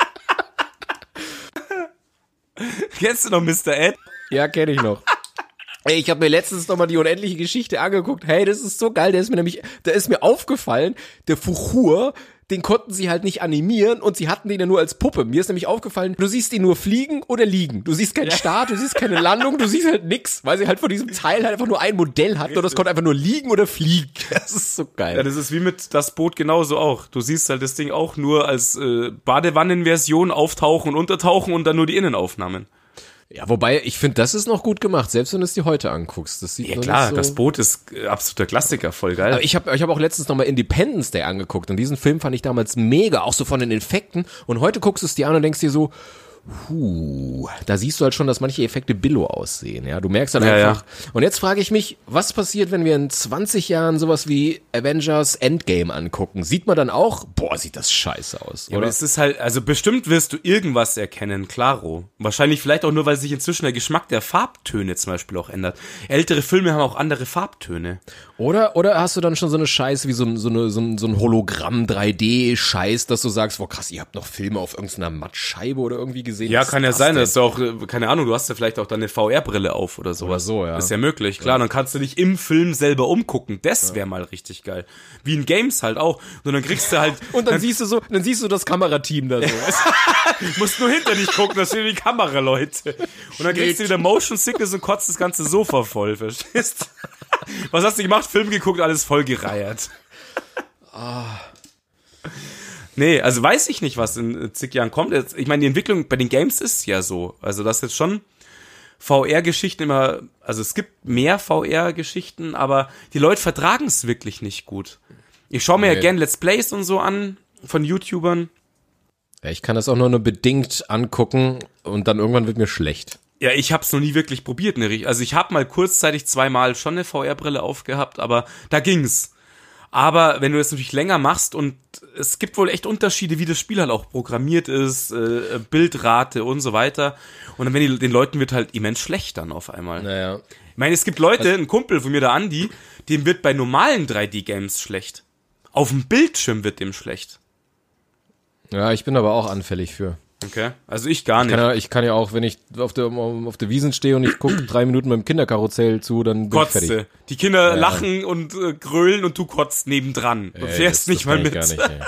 Kennst du noch Mister Ed? Ja, kenne ich noch. Ey, ich habe mir letztens nochmal die unendliche Geschichte angeguckt. Hey, das ist so geil. Der ist mir nämlich, da ist mir aufgefallen, der Fuchur, den konnten sie halt nicht animieren und sie hatten den ja nur als Puppe. Mir ist nämlich aufgefallen, du siehst ihn nur fliegen oder liegen. Du siehst keinen Start, du siehst keine Landung, du siehst halt nix, weil sie halt von diesem Teil halt einfach nur ein Modell hatten und das konnte einfach nur liegen oder fliegen. Das ist so geil. Ja, das ist wie mit das Boot genauso auch. Du siehst halt das Ding auch nur als äh, Badewannenversion auftauchen und untertauchen und dann nur die Innenaufnahmen. Ja, wobei, ich finde, das ist noch gut gemacht, selbst wenn du es dir heute anguckst. Das sieht Ja noch klar, nicht so das Boot ist äh, absoluter Klassiker, voll geil. Aber ich habe ich hab auch letztens nochmal Independence Day angeguckt und diesen Film fand ich damals mega, auch so von den Effekten. Und heute guckst du es dir an und denkst dir so, Puh, da siehst du halt schon, dass manche Effekte billo aussehen, ja. Du merkst dann Ja, einfach. Ja. Und jetzt frage ich mich, was passiert, wenn wir in zwanzig Jahren sowas wie Avengers Endgame angucken? Sieht man dann auch, boah, sieht das scheiße aus, Ja, oder? aber es ist halt, also bestimmt wirst du irgendwas erkennen, klaro. Wahrscheinlich vielleicht auch nur, weil sich inzwischen der Geschmack der Farbtöne zum Beispiel auch ändert. Ältere Filme haben auch andere Farbtöne. Oder, oder hast du dann schon so eine Scheiße wie so, ein- so, eine, so, ein, so ein Hologramm drei D-Scheiß, dass du sagst, boah krass, ihr habt noch Filme auf irgendeiner Mattscheibe oder irgendwie gesehen? Ja, Was kann ist ja das sein, denn? dass du auch, äh, keine Ahnung, du hast ja vielleicht auch dann eine V R-Brille auf oder sowas. Oder so, ja. Ist ja möglich, klar, dann kannst du dich im Film selber umgucken. Das wäre mal richtig geil. Wie in Games halt auch. Und dann kriegst du halt, Und dann, siehst du so, dann siehst du das Kamerateam da so. musst nur hinter dich gucken, das sind die Kameraleute. Und dann kriegst du wieder Motion Sickness und kotzt das ganze Sofa voll, verstehst? Was hast du gemacht? Film geguckt, alles voll gereiert. Nee, also weiß ich nicht, was in zig Jahren kommt. Jetzt, ich meine, die Entwicklung bei den Games ist ja so. Also das jetzt schon V R-Geschichten immer, also es gibt mehr V R-Geschichten, aber die Leute vertragen es wirklich nicht gut. Ich schaue mir Nee. ja gern Let's Plays und so an von YouTubern. Ja, ich kann das auch nur nur bedingt angucken und dann irgendwann wird mir schlecht. Ja, ich hab's noch nie wirklich probiert. Ne? Also ich habe mal kurzzeitig zweimal schon eine V R-Brille aufgehabt, aber da ging's. Aber wenn du das natürlich länger machst und es gibt wohl echt Unterschiede, wie das Spiel halt auch programmiert ist, äh, Bildrate und so weiter. Und dann wenn die, den Leuten wird halt immens schlecht dann auf einmal. Naja. Ich meine, es gibt Leute, ein Kumpel von mir, der Andi, dem wird bei normalen drei D-Games schlecht. Auf dem Bildschirm wird dem schlecht. Ja, ich bin aber auch anfällig für. Okay, also ich gar nicht. Kann ja, ich kann ja auch, wenn ich auf der, auf der Wiesn stehe und ich gucke drei Minuten beim Kinderkarussell zu, dann bin ich fertig. Kotze. Die Kinder Ja. lachen und äh, grölen und du kotzt nebendran. Und Ey, fährst das- nicht das mal kann ich mit. Gar nicht, ey.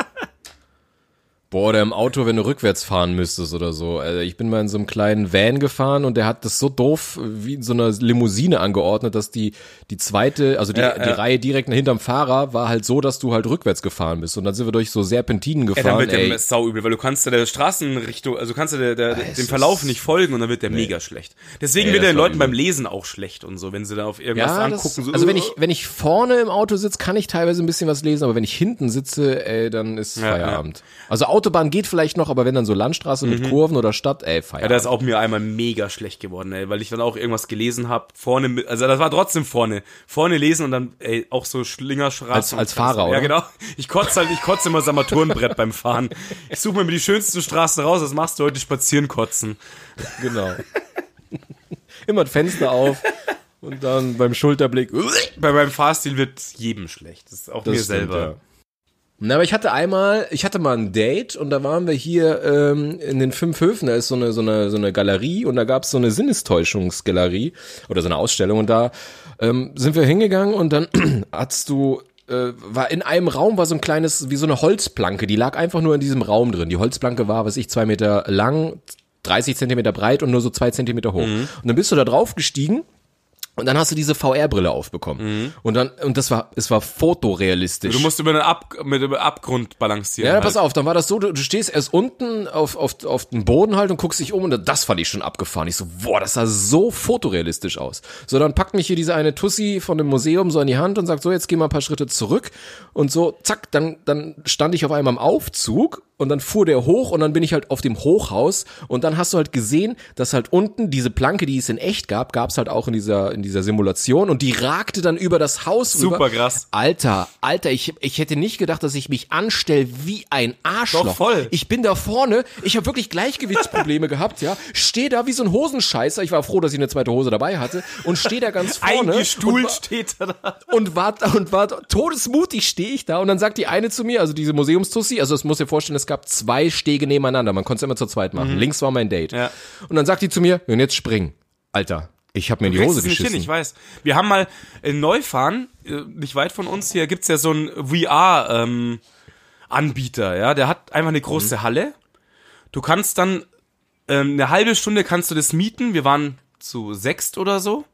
Boah, oder im Auto, wenn du rückwärts fahren müsstest oder so. Also ich bin mal in so einem kleinen Van gefahren und der hat das so doof wie in so einer Limousine angeordnet, dass die die zweite, also die, Ja, die ja. Reihe direkt hinterm Fahrer war halt so, dass du halt rückwärts gefahren bist. Und dann sind wir durch so Serpentinen Ja, gefahren. dann wird der ey. sauübel, weil du kannst ja der Straßenrichtung, also kannst du der, der, es dem Verlauf ist- nicht folgen und dann wird der mega schlecht. Deswegen Ey, wird das der den war Leuten übel. beim Lesen auch schlecht und so, wenn sie da auf irgendwas Ja, angucken. das, So, also wenn ich wenn ich vorne im Auto sitze, kann ich teilweise ein bisschen was lesen, aber wenn ich hinten sitze, ey, dann ist Ja, Feierabend. Also Autobahn geht vielleicht noch, aber wenn dann so Landstraße mit Kurven oder Stadt, ey, Ja, Feierabend. da ist auch mir einmal mega schlecht geworden, ey, weil ich dann auch irgendwas gelesen habe, vorne, mit- also das war trotzdem vorne, vorne lesen und dann, ey, auch so Schlingerstraßen. Als- als Fahrer, Ja, oder? genau. Ich kotze halt, ich kotze immer das Armaturenbrett beim Fahren. Ich suche mir die schönsten Straßen raus, was machst du heute? Spazieren kotzen. Genau. Immer das Fenster auf und dann beim Schulterblick. Bei meinem Fahrstil wird jedem schlecht. Das ist auch mir Das stimmt, selber. ja. Na, aber ich hatte einmal, ich hatte mal ein Date und da waren wir hier ähm, in den Fünf Höfen, da ist so eine so eine so eine Galerie und da gab's so eine Sinnestäuschungsgalerie oder so eine Ausstellung und da ähm, sind wir hingegangen und dann hattest du äh, war in einem Raum war so ein kleines wie so eine Holzplanke, die lag einfach nur in diesem Raum drin. Die Holzplanke war, was ich, zwei Meter lang, dreißig Zentimeter breit und nur so zwei Zentimeter hoch. Und dann bist du da drauf gestiegen. Und dann hast du diese V R-Brille aufbekommen. Und dann, und das war, es war fotorealistisch. Du musst über einen Ab mit über Abgrund balancieren. Ja, halt. pass auf, dann war das so, du, du stehst erst unten auf, auf, auf dem Boden halt und guckst dich um und das fand ich schon abgefahren. Ich so, boah, das sah so fotorealistisch aus. So, dann packt mich hier diese eine Tussi von dem Museum so in die Hand und sagt, so, jetzt geh mal ein paar Schritte zurück. Und so, zack, dann, dann stand ich auf einmal im Aufzug und dann fuhr der hoch und dann bin ich halt auf dem Hochhaus und dann hast du halt gesehen, dass halt unten diese Planke, die es in echt gab, gab's halt auch in dieser, in dieser Simulation und die ragte dann über das Haus rüber. Super krass. Alter, Alter, ich, ich hätte nicht gedacht, dass ich mich anstelle wie ein Arschloch. Doch, voll. Ich bin da vorne, ich habe wirklich Gleichgewichtsprobleme gehabt, ja. Stehe da wie so ein Hosenscheißer. Ich war froh, dass ich eine zweite Hose dabei hatte und stehe da ganz vorne. Eingestuhlt und, steht er da. und war und war todesmutig stehe ich da und dann sagt die eine zu mir, also diese Museumstussi, also das muss dir vorstellen, es gab zwei Stege nebeneinander, man konnte es immer zu zweit machen. Links war mein Date. Ja. Und dann sagt die zu mir, und jetzt spring. Alter, ich habe mir in die Du Hose kriegst es nicht geschissen. hin, ich weiß. Wir haben mal in Neufahren, äh, nicht weit von uns hier, gibt's ja so einen V R ähm, Anbieter, ja, der hat einfach eine große Halle. Du kannst dann ähm, eine halbe Stunde kannst du das mieten. Wir waren zu sechst oder so.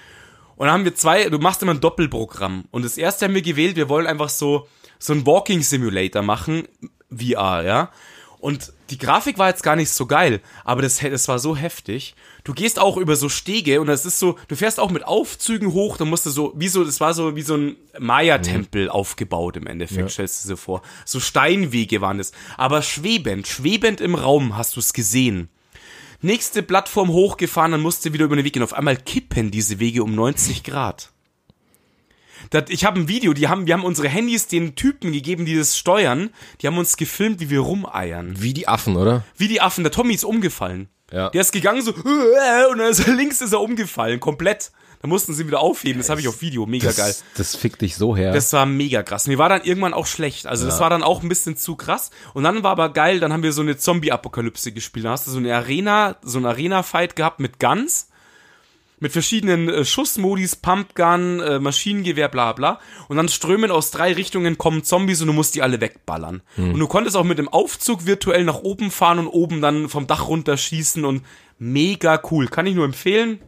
Und dann haben wir zwei, du machst immer ein Doppelprogramm. Und das erste haben wir gewählt, wir wollen einfach so so ein Walking Simulator machen, V R, ja. Und die Grafik war jetzt gar nicht so geil, aber das, das war so heftig. Du gehst auch über so Stege und das ist so, du fährst auch mit Aufzügen hoch, dann musst du so, wie so, das war so wie so ein Maya-Tempel mhm. aufgebaut im Endeffekt, ja. Stellst du dir vor. So Steinwege waren es, aber schwebend, schwebend im Raum hast du es gesehen. Nächste Plattform hochgefahren, dann musste wieder über den Weg gehen. Auf einmal kippen diese Wege um neunzig Grad. Das, ich habe ein Video, die haben, wir haben unsere Handys den Typen gegeben, die das steuern. Die haben uns gefilmt, wie wir rumeiern. Wie die Affen, oder? Wie die Affen. Der Tommy ist umgefallen. Ja. Der ist gegangen so, und dann ist er, links ist er umgefallen, komplett. Da mussten sie wieder aufheben, das habe ich auf Video, mega das, geil. Das fickt dich so her. Das war mega krass. Mir war dann irgendwann auch schlecht, also ja. das war dann auch ein bisschen zu krass. Und dann war aber geil, dann haben wir so eine Zombie-Apokalypse gespielt. Da hast du so eine Arena, so eine Arena-Fight gehabt mit Guns, mit verschiedenen äh, Schussmodis, Pumpgun, äh, Maschinengewehr, bla bla. Und dann strömen aus drei Richtungen, kommen Zombies und du musst die alle wegballern. Hm. Und du konntest auch mit dem Aufzug virtuell nach oben fahren und oben dann vom Dach runterschießen und mega cool. Kann ich nur empfehlen.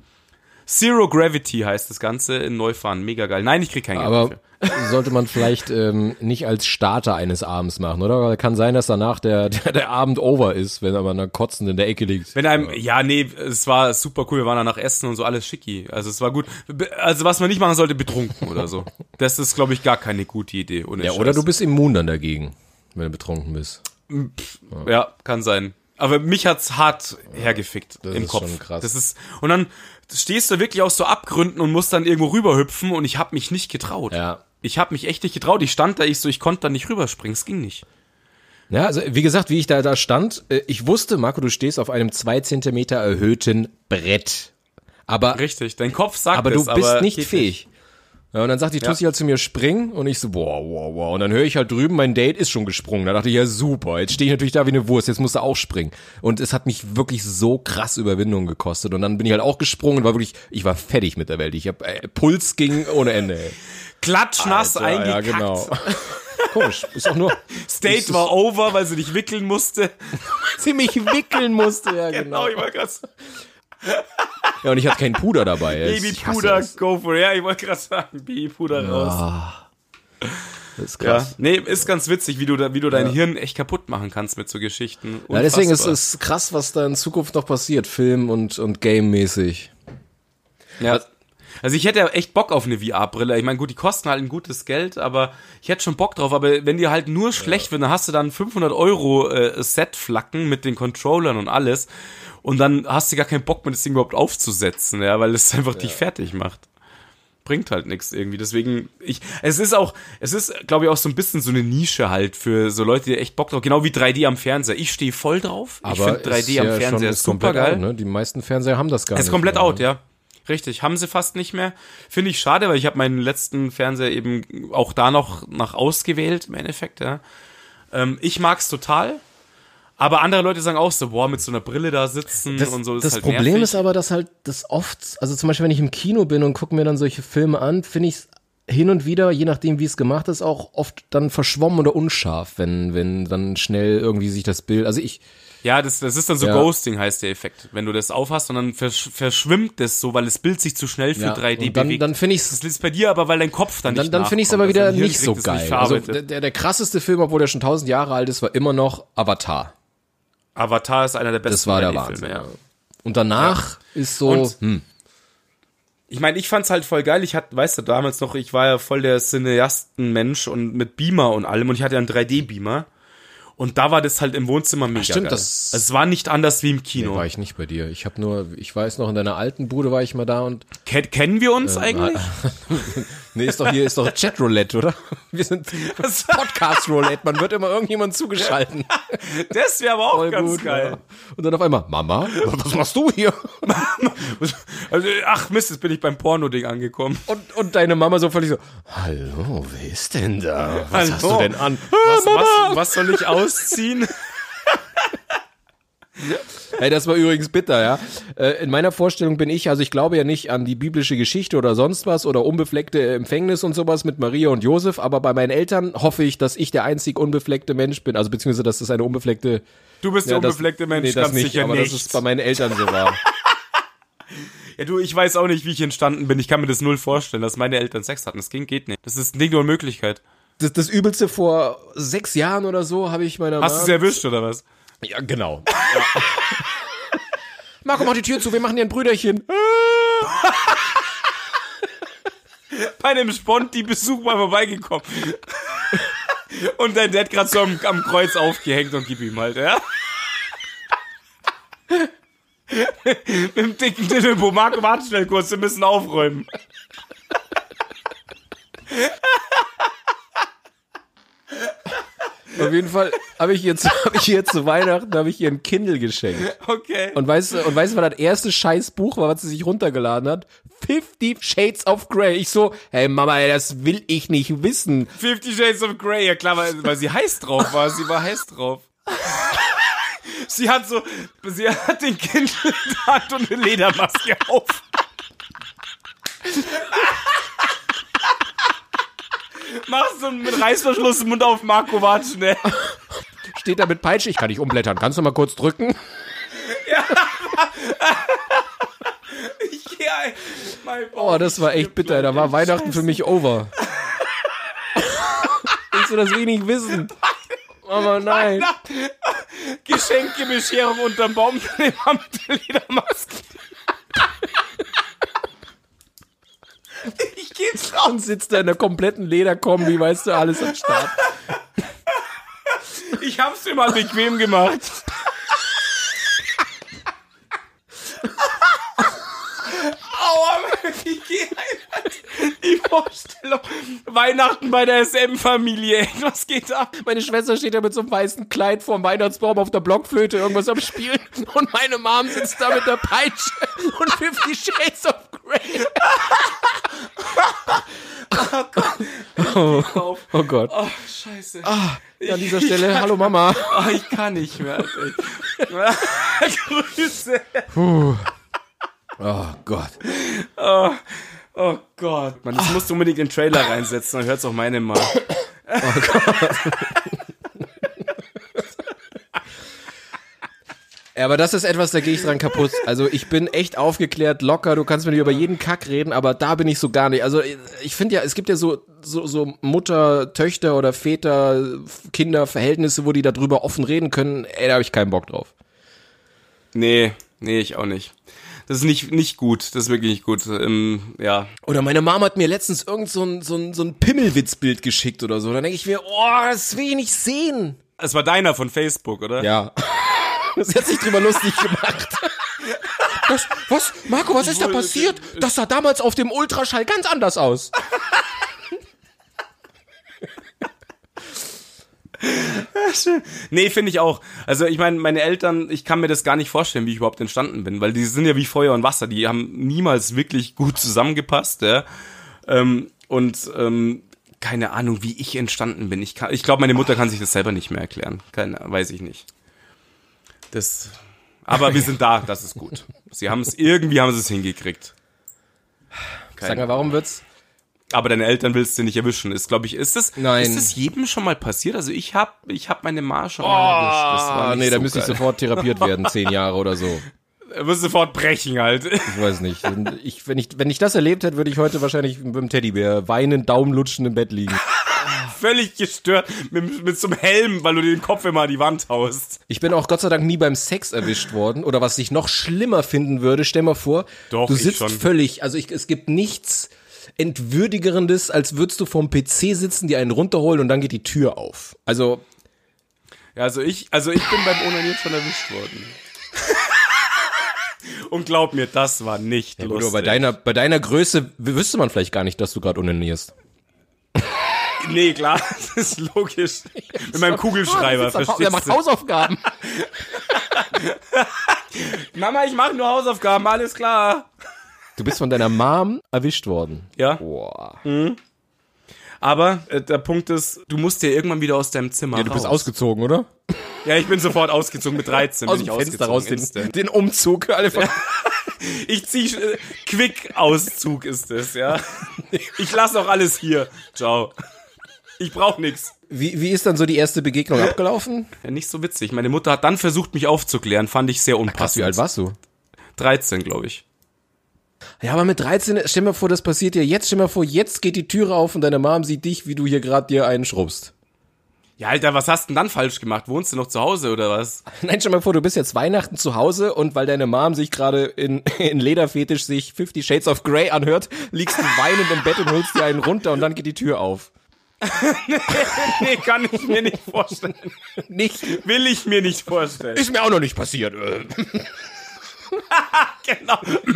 Zero Gravity heißt das Ganze in Neufahren. Mega geil. Nein, ich krieg kein Geld Aber dafür. sollte man vielleicht ähm, nicht als Starter eines Abends machen, oder? Weil kann sein, dass danach der, der, der Abend over ist, wenn man dann kotzend in der Ecke liegt. Wenn einem, ja, nee, es war super cool. Wir waren danach essen und so, alles schicki. Also es war gut. Also was man nicht machen sollte, betrunken oder so. Das ist, glaube ich, gar keine gute Idee. Ohne ja, Scheiß. Oder du bist immun dann dagegen, wenn du betrunken bist. Pff, ja. ja, kann sein. Aber mich hat's hart hergefickt das im ist Kopf. Schon krass. Das ist, und dann stehst du wirklich aus so Abgründen und musst dann irgendwo rüberhüpfen und ich habe mich nicht getraut. Ja. Ich habe mich echt nicht getraut. Ich stand da, ich so, ich konnte da nicht rüberspringen. Es ging nicht. Ja, also wie gesagt, wie ich da da stand, ich wusste, Marco, du stehst auf einem zwei Zentimeter erhöhten Brett. Aber richtig, dein Kopf sagt aber es, du bist aber nicht geht fähig. Nicht. Ja, und dann sagt die Tussi Ja. halt zu mir, springen. Und ich so, wow, wow, wow. Und dann höre ich halt drüben, mein Date ist schon gesprungen. Da dachte ich, ja super, jetzt stehe ich natürlich da wie eine Wurst, jetzt musst du auch springen. Und es hat mich wirklich so krass Überwindung gekostet. Und dann bin ich halt auch gesprungen und war wirklich, ich war fertig mit der Welt. Ich hab, äh, Puls ging ohne Ende, ey. Klatschnass Alter, eingekackt. Ja, genau. Komisch, ist auch nur... State war over, weil sie dich wickeln musste. sie mich wickeln musste, ja genau. Genau, ich war krass. Ja, und ich hatte kein Puder dabei. ey. Ich hasse Babypuder, es. go for it. Ja, ich wollte gerade sagen, Babypuder raus. Ah, das ist Ja, krass. nee, ist ganz witzig, wie du da, wie du dein Hirn echt kaputt machen kannst mit so Geschichten. Ja, deswegen ist Unfassbar. es krass, was da in Zukunft noch passiert, Film- und, und Game-mäßig. Ja. Also ich hätte ja echt Bock auf eine V R-Brille. Ich meine, gut, die kosten halt ein gutes Geld, aber ich hätte schon Bock drauf. Aber wenn dir halt nur schlecht ja. wird, dann hast du dann fünfhundert Euro äh, Set-Flacken mit den Controllern und alles. Und dann hast du gar keinen Bock mehr, das Ding überhaupt aufzusetzen, ja, weil es einfach ja. dich fertig macht. Bringt halt nichts irgendwie. Deswegen, ich, es ist auch, es ist, glaube ich, auch so ein bisschen so eine Nische halt für so Leute, die echt Bock drauf, genau wie drei D am Fernseher. Ich stehe voll drauf. Aber ich finde drei D am ja Fernseher super geil. Out, ne? Die meisten Fernseher haben das gar es nicht. Ist komplett mehr, out, ne? ja. Richtig, haben sie fast nicht mehr. Finde ich schade, weil ich habe meinen letzten Fernseher eben auch da noch nach ausgewählt, im Endeffekt, ja. Ähm, ich mag's total. Aber andere Leute sagen auch so, boah, mit so einer Brille da sitzen das, und so, das, das ist halt Problem nervig. ist aber, dass halt das oft, also zum Beispiel, wenn ich im Kino bin und gucke mir dann solche Filme an, finde ich es hin und wieder, je nachdem wie es gemacht ist, auch oft dann verschwommen oder unscharf, wenn, wenn dann schnell irgendwie sich das Bild, also ich... Ja, das, das ist dann so Ja. Ghosting heißt der Effekt. Wenn du das aufhast und dann versch verschwimmt das so, weil das Bild sich zu schnell für Ja, drei D und dann, bewegt. dann finde ich Das ist bei dir aber, weil dein Kopf dann Dann, nicht dann finde ich es nachkommt. aber wieder Also dein Hirn nicht so kriegt es geil. Also verarbeitet. der, der krasseste Film, obwohl der schon tausend Jahre alt ist, war immer noch Avatar. Avatar ist einer der besten Das war der drei D-Filme, Wahnsinn. ja. Ja. Und danach ist so, Und- hm, Ich meine, ich fand's halt voll geil. Ich hatte, weißt du, damals noch, ich war ja voll der Cineasten-Mensch und mit Beamer und allem und ich hatte ja einen drei D-Beamer. Und da war das halt im Wohnzimmer mega stimmt, geil. das- Also es war nicht anders wie im nee, Kino. war ich nicht bei dir. Ich habe nur, ich weiß noch, in deiner alten Bude war ich mal da und Ken kennen wir uns eigentlich? nee, ist doch hier, ist doch Chat-Roulette, oder? Wir sind Podcast-Roulette, man wird immer irgendjemand zugeschalten. Das wäre aber auch Voll ganz gut, geil. ja. Und dann auf einmal, Mama, was machst du hier? Also, ach Mist, jetzt bin ich beim Porno-Ding angekommen. Und, und deine Mama so völlig so, hallo, wer ist denn da? Was Hallo. hast du denn an? Was, was, was soll ich ausziehen? Hey, das war übrigens bitter, ja. Äh, in meiner Vorstellung bin ich, also ich glaube ja nicht an die biblische Geschichte oder sonst was oder unbefleckte Empfängnis und sowas mit Maria und Josef, aber bei meinen Eltern hoffe ich, dass ich der einzig unbefleckte Mensch bin, also beziehungsweise, dass das eine unbefleckte... Du bist der Ja, das- unbefleckte Mensch, nee, das ganz nicht, sicher aber nicht. dass es bei meinen Eltern so war. Ja, du, ich weiß auch nicht, wie ich entstanden bin. Ich kann mir das null vorstellen, dass meine Eltern Sex hatten. Das ging, geht nicht. Das ist nicht nur eine Möglichkeit. Das, das Übelste, vor sechs Jahren oder so habe ich meiner Hast du Mom- sie erwischt, oder was? Ja, genau. Ja. Marco, mach die Tür zu, wir machen dir ein Brüderchen. Bei einem Sponti-Besuch mal vorbeigekommen. Und dein Dad gerade so am, am Kreuz aufgehängt und gib ihm halt, ja? Mit dem dicken Dildo, Marco, warte schnell kurz, wir müssen aufräumen. Auf jeden Fall habe ich jetzt habe ich ihr zu Weihnachten habe ich ihr ein Kindle geschenkt. Okay. Und weißt du, und weißt du, was das erste Scheißbuch war, was sie sich runtergeladen hat? Fifty Shades of Grey. Ich so, hey Mama, ey, das will ich nicht wissen. Fifty Shades of Grey, ja klar, weil, weil sie heiß drauf war. Sie war heiß drauf. Sie hat so, sie hat den Kindle in der Hand und eine Ledermaske auf. Machst du mit Reißverschluss im Mund auf, Marco, warte schnell. Steht da mit Peitsche, ich kann nicht umblättern. Kannst du mal kurz drücken? Ja. Ich geh ein. Mein Oh, das war echt bitter. Da war Weihnachten Scheiße. Für mich over. Willst du das wenig wissen? Aber nein. Geschenkebescherung unterm Baum von dem Amt der Ledermaske. Ich geh jetzt raus. Und sitzt da in der kompletten Lederkombi, weißt du, alles am Start. Ich hab's dir mal bequem gemacht. Aua, ich geh einfach. Die Vorstellung. Weihnachten bei der S M-Familie. Was geht ab? Meine Schwester steht da mit so einem weißen Kleid vorm Weihnachtsbaum auf der Blockflöte, irgendwas am Spielen. Und meine Mom sitzt da mit der Peitsche und Fifty Shades of Grey. Oh Gott. Oh, oh Gott. Oh, scheiße. Ah, ja, an dieser Stelle, kann, hallo Mama. Oh, ich kann nicht mehr. Grüße. Puh. Oh Gott. Oh, oh Gott. Man, das musst du unbedingt in den Trailer reinsetzen, dann hört's auch meine mal. Oh Gott. Ja, aber das ist etwas, da gehe ich dran kaputt. Also ich bin echt aufgeklärt, locker, du kannst mit mir über jeden Kack reden, aber da bin ich so gar nicht. Also ich finde ja, es gibt ja so, so, so Mutter, Töchter oder Väter, Kinder, Verhältnisse, wo die darüber offen reden können. Ey, da habe ich keinen Bock drauf. Nee, nee, ich auch nicht. Das ist nicht, nicht gut, das ist wirklich nicht gut, ähm, ja. Oder meine Mama hat mir letztens irgend so ein, so ein, so ein Pimmelwitzbild geschickt oder so. Dann denke ich mir, oh, das will ich nicht sehen. Es war deiner von Facebook, oder? Ja. Das hat sich drüber lustig gemacht. Das, was? Marco, was ist da passiert? Das sah damals auf dem Ultraschall ganz anders aus. Nee, finde ich auch. Also ich meine, meine Eltern, ich kann mir das gar nicht vorstellen, wie ich überhaupt entstanden bin, weil die sind ja wie Feuer und Wasser, die haben niemals wirklich gut zusammengepasst, ja. Ähm, und ähm, keine Ahnung, wie ich entstanden bin. Ich, kann, ich glaube, meine Mutter kann sich das selber nicht mehr erklären. Keine, weiß ich nicht. Das, aber wir sind da, das ist gut. Sie haben es, irgendwie haben sie es hingekriegt. Keine Sag mal, warum wird's? Aber deine Eltern willst du nicht erwischen. Ist, glaube ich, ist das, Nein. ist das jedem schon mal passiert? Also ich hab, ich hab meine Ma schon oh, mal erwischt. Das war nicht nee, so da müsste ich geil. sofort therapiert werden, zehn Jahre oder so. Er muss sofort brechen halt. Ich weiß nicht. Ich, wenn, ich, wenn ich das erlebt hätte, würde ich heute wahrscheinlich mit dem Teddybär weinend, Daumenlutschen im Bett liegen. Völlig gestört mit, mit so einem Helm, weil du den Kopf immer an die Wand haust. Ich bin auch Gott sei Dank nie beim Sex erwischt worden. Oder was ich noch schlimmer finden würde, stell mal vor, Doch, du ich sitzt schon. völlig, also ich, es gibt nichts Entwürdigerendes, als würdest du vorm P C sitzen, dir einen runterholen und dann geht die Tür auf. Also. Ja, also ich, also ich bin beim Onanieren schon erwischt worden. Und glaub mir, das war nicht Ja, lustig. oder bei deiner, bei deiner Größe wüsste man vielleicht gar nicht, dass du gerade onanierst. Nee, klar, das ist logisch. Mit meinem Kugelschreiber, oh, verstehst der macht du? Hausaufgaben. Mama, ich mache nur Hausaufgaben, alles klar. Du bist von deiner Mom erwischt worden. Ja. Boah. Mhm. Aber äh, der Punkt ist, du musst ja irgendwann wieder aus deinem Zimmer Ja, du raus. bist ausgezogen, oder? Ja, ich bin sofort ausgezogen, mit dreizehn Aus bin dem ich Fenster raus, den, instant. den Umzug. Alle von Ich zieh, äh, Quick-Auszug ist es, ja. Ich lasse auch alles hier. Ciao. Ich brauch nix. wie, wie ist dann so die erste Begegnung abgelaufen? Ja, nicht so witzig. Meine Mutter hat dann versucht, mich aufzuklären, fand ich sehr unpassend. Krass, wie alt warst du? dreizehn, glaube ich. Ja, aber mit dreizehn, stell mir vor, das passiert dir jetzt. Stell mir vor, jetzt geht die Türe auf und deine Mom sieht dich, wie du hier gerade dir einen schrubbst. Ja, Alter, was hast du denn dann falsch gemacht? Wohnst du noch zu Hause oder was? Nein, stell mir vor, du bist jetzt Weihnachten zu Hause und weil deine Mom sich gerade in, in Lederfetisch sich Fifty Shades of Grey anhört, liegst du weinend im Bett und holst dir einen runter und dann geht die Tür auf. nee, nee, kann ich mir nicht vorstellen. Nicht? Will ich mir nicht vorstellen. Ist mir auch noch nicht passiert. Genau.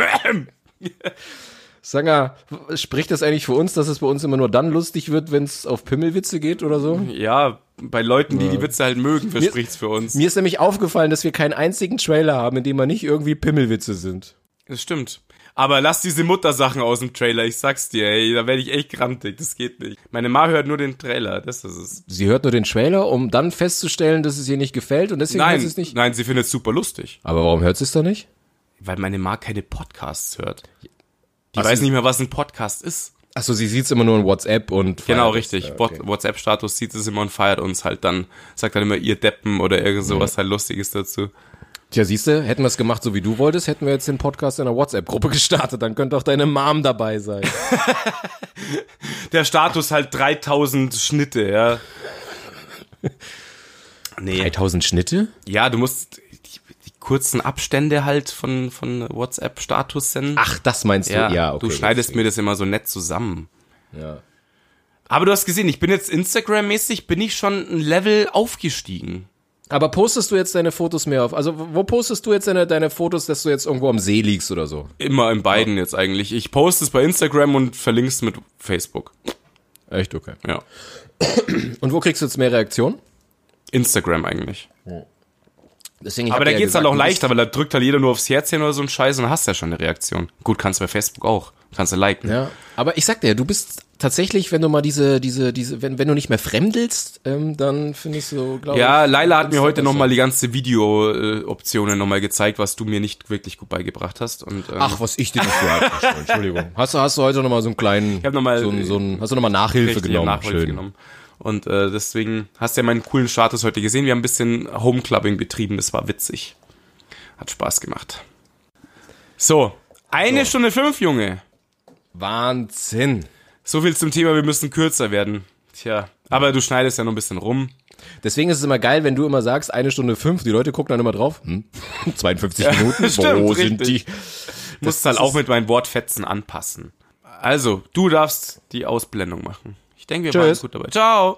Sag mal, spricht das eigentlich für uns, dass es bei uns immer nur dann lustig wird, wenn es auf Pimmelwitze geht oder so? Ja, bei Leuten, die die Witze halt mögen, verspricht's für uns. Mir ist nämlich aufgefallen, dass wir keinen einzigen Trailer haben, in dem mal nicht irgendwie Pimmelwitze sind. Das stimmt. Aber lass diese Muttersachen aus dem Trailer, ich sag's dir, ey, da werde ich echt grantig, das geht nicht. Meine Ma hört nur den Trailer, das ist es. Sie hört nur den Trailer, um dann festzustellen, dass es ihr nicht gefällt und deswegen hört sie Nein, es nicht? nein, sie findet es super lustig. Aber warum hört sie es dann nicht? Weil meine Ma keine Podcasts hört. Die Also weiß nicht mehr, was ein Podcast ist. Achso, sie sieht es immer nur in WhatsApp und Genau, feiert es. richtig. Ja, okay. WhatsApp-Status sieht es immer und feiert uns halt dann. Sagt dann immer ihr Deppen oder irgend sowas halt Lustiges dazu. Tja, siehst du, hätten wir es gemacht, so wie du wolltest, hätten wir jetzt den Podcast in einer WhatsApp-Gruppe gestartet. Dann könnte auch deine Mom dabei sein. Der Status halt dreitausend Schnitte, ja. Nee. dreitausend Schnitte? Ja, du musst die, die kurzen Abstände halt von, von WhatsApp-Status senden. Ach, das meinst du? ja, Ja, okay. du schneidest deswegen. mir das immer so nett zusammen. Ja. Aber du hast gesehen, ich bin jetzt Instagram-mäßig, bin ich schon ein Level aufgestiegen. Aber postest du jetzt deine Fotos mehr auf? Also, wo postest du jetzt deine, deine Fotos, dass du jetzt irgendwo am See liegst oder so? Immer in beiden jetzt eigentlich. Ich poste es bei Instagram und verlinke es mit Facebook. Echt? Okay. Ja. Und wo kriegst du jetzt mehr Reaktionen? Instagram eigentlich. Deswegen, ich Aber hab da dir ja geht's halt gesagt, auch du bist- leichter, weil da drückt halt jeder nur aufs Herzchen oder so ein Scheiß und dann hast du ja schon eine Reaktion. Gut, kannst du bei Facebook auch. Kannst du liken. Ja, aber ich sag dir, du bist tatsächlich, wenn du mal diese, diese, diese, wenn, wenn du nicht mehr fremdelst, ähm, dann finde ich so, glaube ich. Ja, Laila hat mir Insta heute besser. nochmal die ganze Video-Optionen nochmal gezeigt, was du mir nicht wirklich gut beigebracht hast. Und, ähm, Ach, was ich dir nicht gehört habe. Entschuldigung. Hast du, hast du heute nochmal so einen kleinen, Ich hab noch mal- so einen, so einen, hast du nochmal Nachhilfe richtig genommen? Nachhilfe Schön. genommen. Und äh, deswegen hast du ja meinen coolen Status heute gesehen. Wir haben ein bisschen Homeclubbing betrieben, das war witzig. Hat Spaß gemacht. So, eine So. Stunde fünf, Junge. Wahnsinn. So viel zum Thema, wir müssen kürzer werden. Tja, aber du schneidest ja noch ein bisschen rum. Deswegen ist es immer geil, wenn du immer sagst, eine Stunde fünf, die Leute gucken dann immer drauf, hm, zweiundfünfzig Minuten, stimmt, wo sind richtig. die? Du musst halt auch mit meinen Wortfetzen anpassen. Also, du darfst die Ausblendung machen. Ich denke, wir Tschüss. waren gut dabei. Ciao.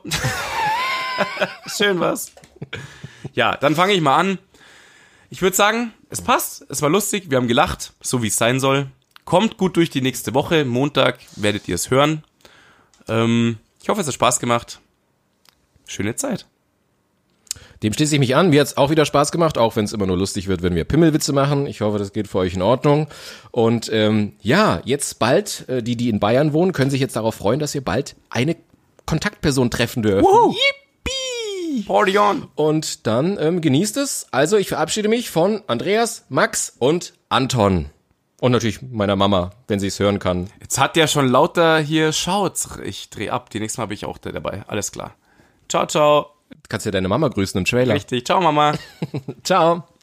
Schön was. Ja, dann fange ich mal an. Ich würde sagen, es passt, es war lustig, wir haben gelacht, so wie es sein soll. Kommt gut durch die nächste Woche, Montag werdet ihr es hören. Ähm, ich hoffe, es hat Spaß gemacht. Schöne Zeit. Dem schließe ich mich an. Mir hat's auch wieder Spaß gemacht, auch wenn es immer nur lustig wird, wenn wir Pimmelwitze machen. Ich hoffe, das geht für euch in Ordnung. Und ähm, ja, jetzt bald, äh, die, die in Bayern wohnen, können sich jetzt darauf freuen, dass ihr bald eine Kontaktperson treffen dürfen. Woo! Yippie! Party on! Und dann ähm, genießt es. Also ich verabschiede mich von Andreas, Max und Anton. Und natürlich meiner Mama, wenn sie es hören kann. Jetzt hat der schon lauter hier, schaut, ich dreh ab. Die nächste Mal habe ich auch da dabei. Alles klar. Ciao, ciao. Du kannst ja deine Mama grüßen im Trailer. Richtig. Ciao, Mama. Ciao.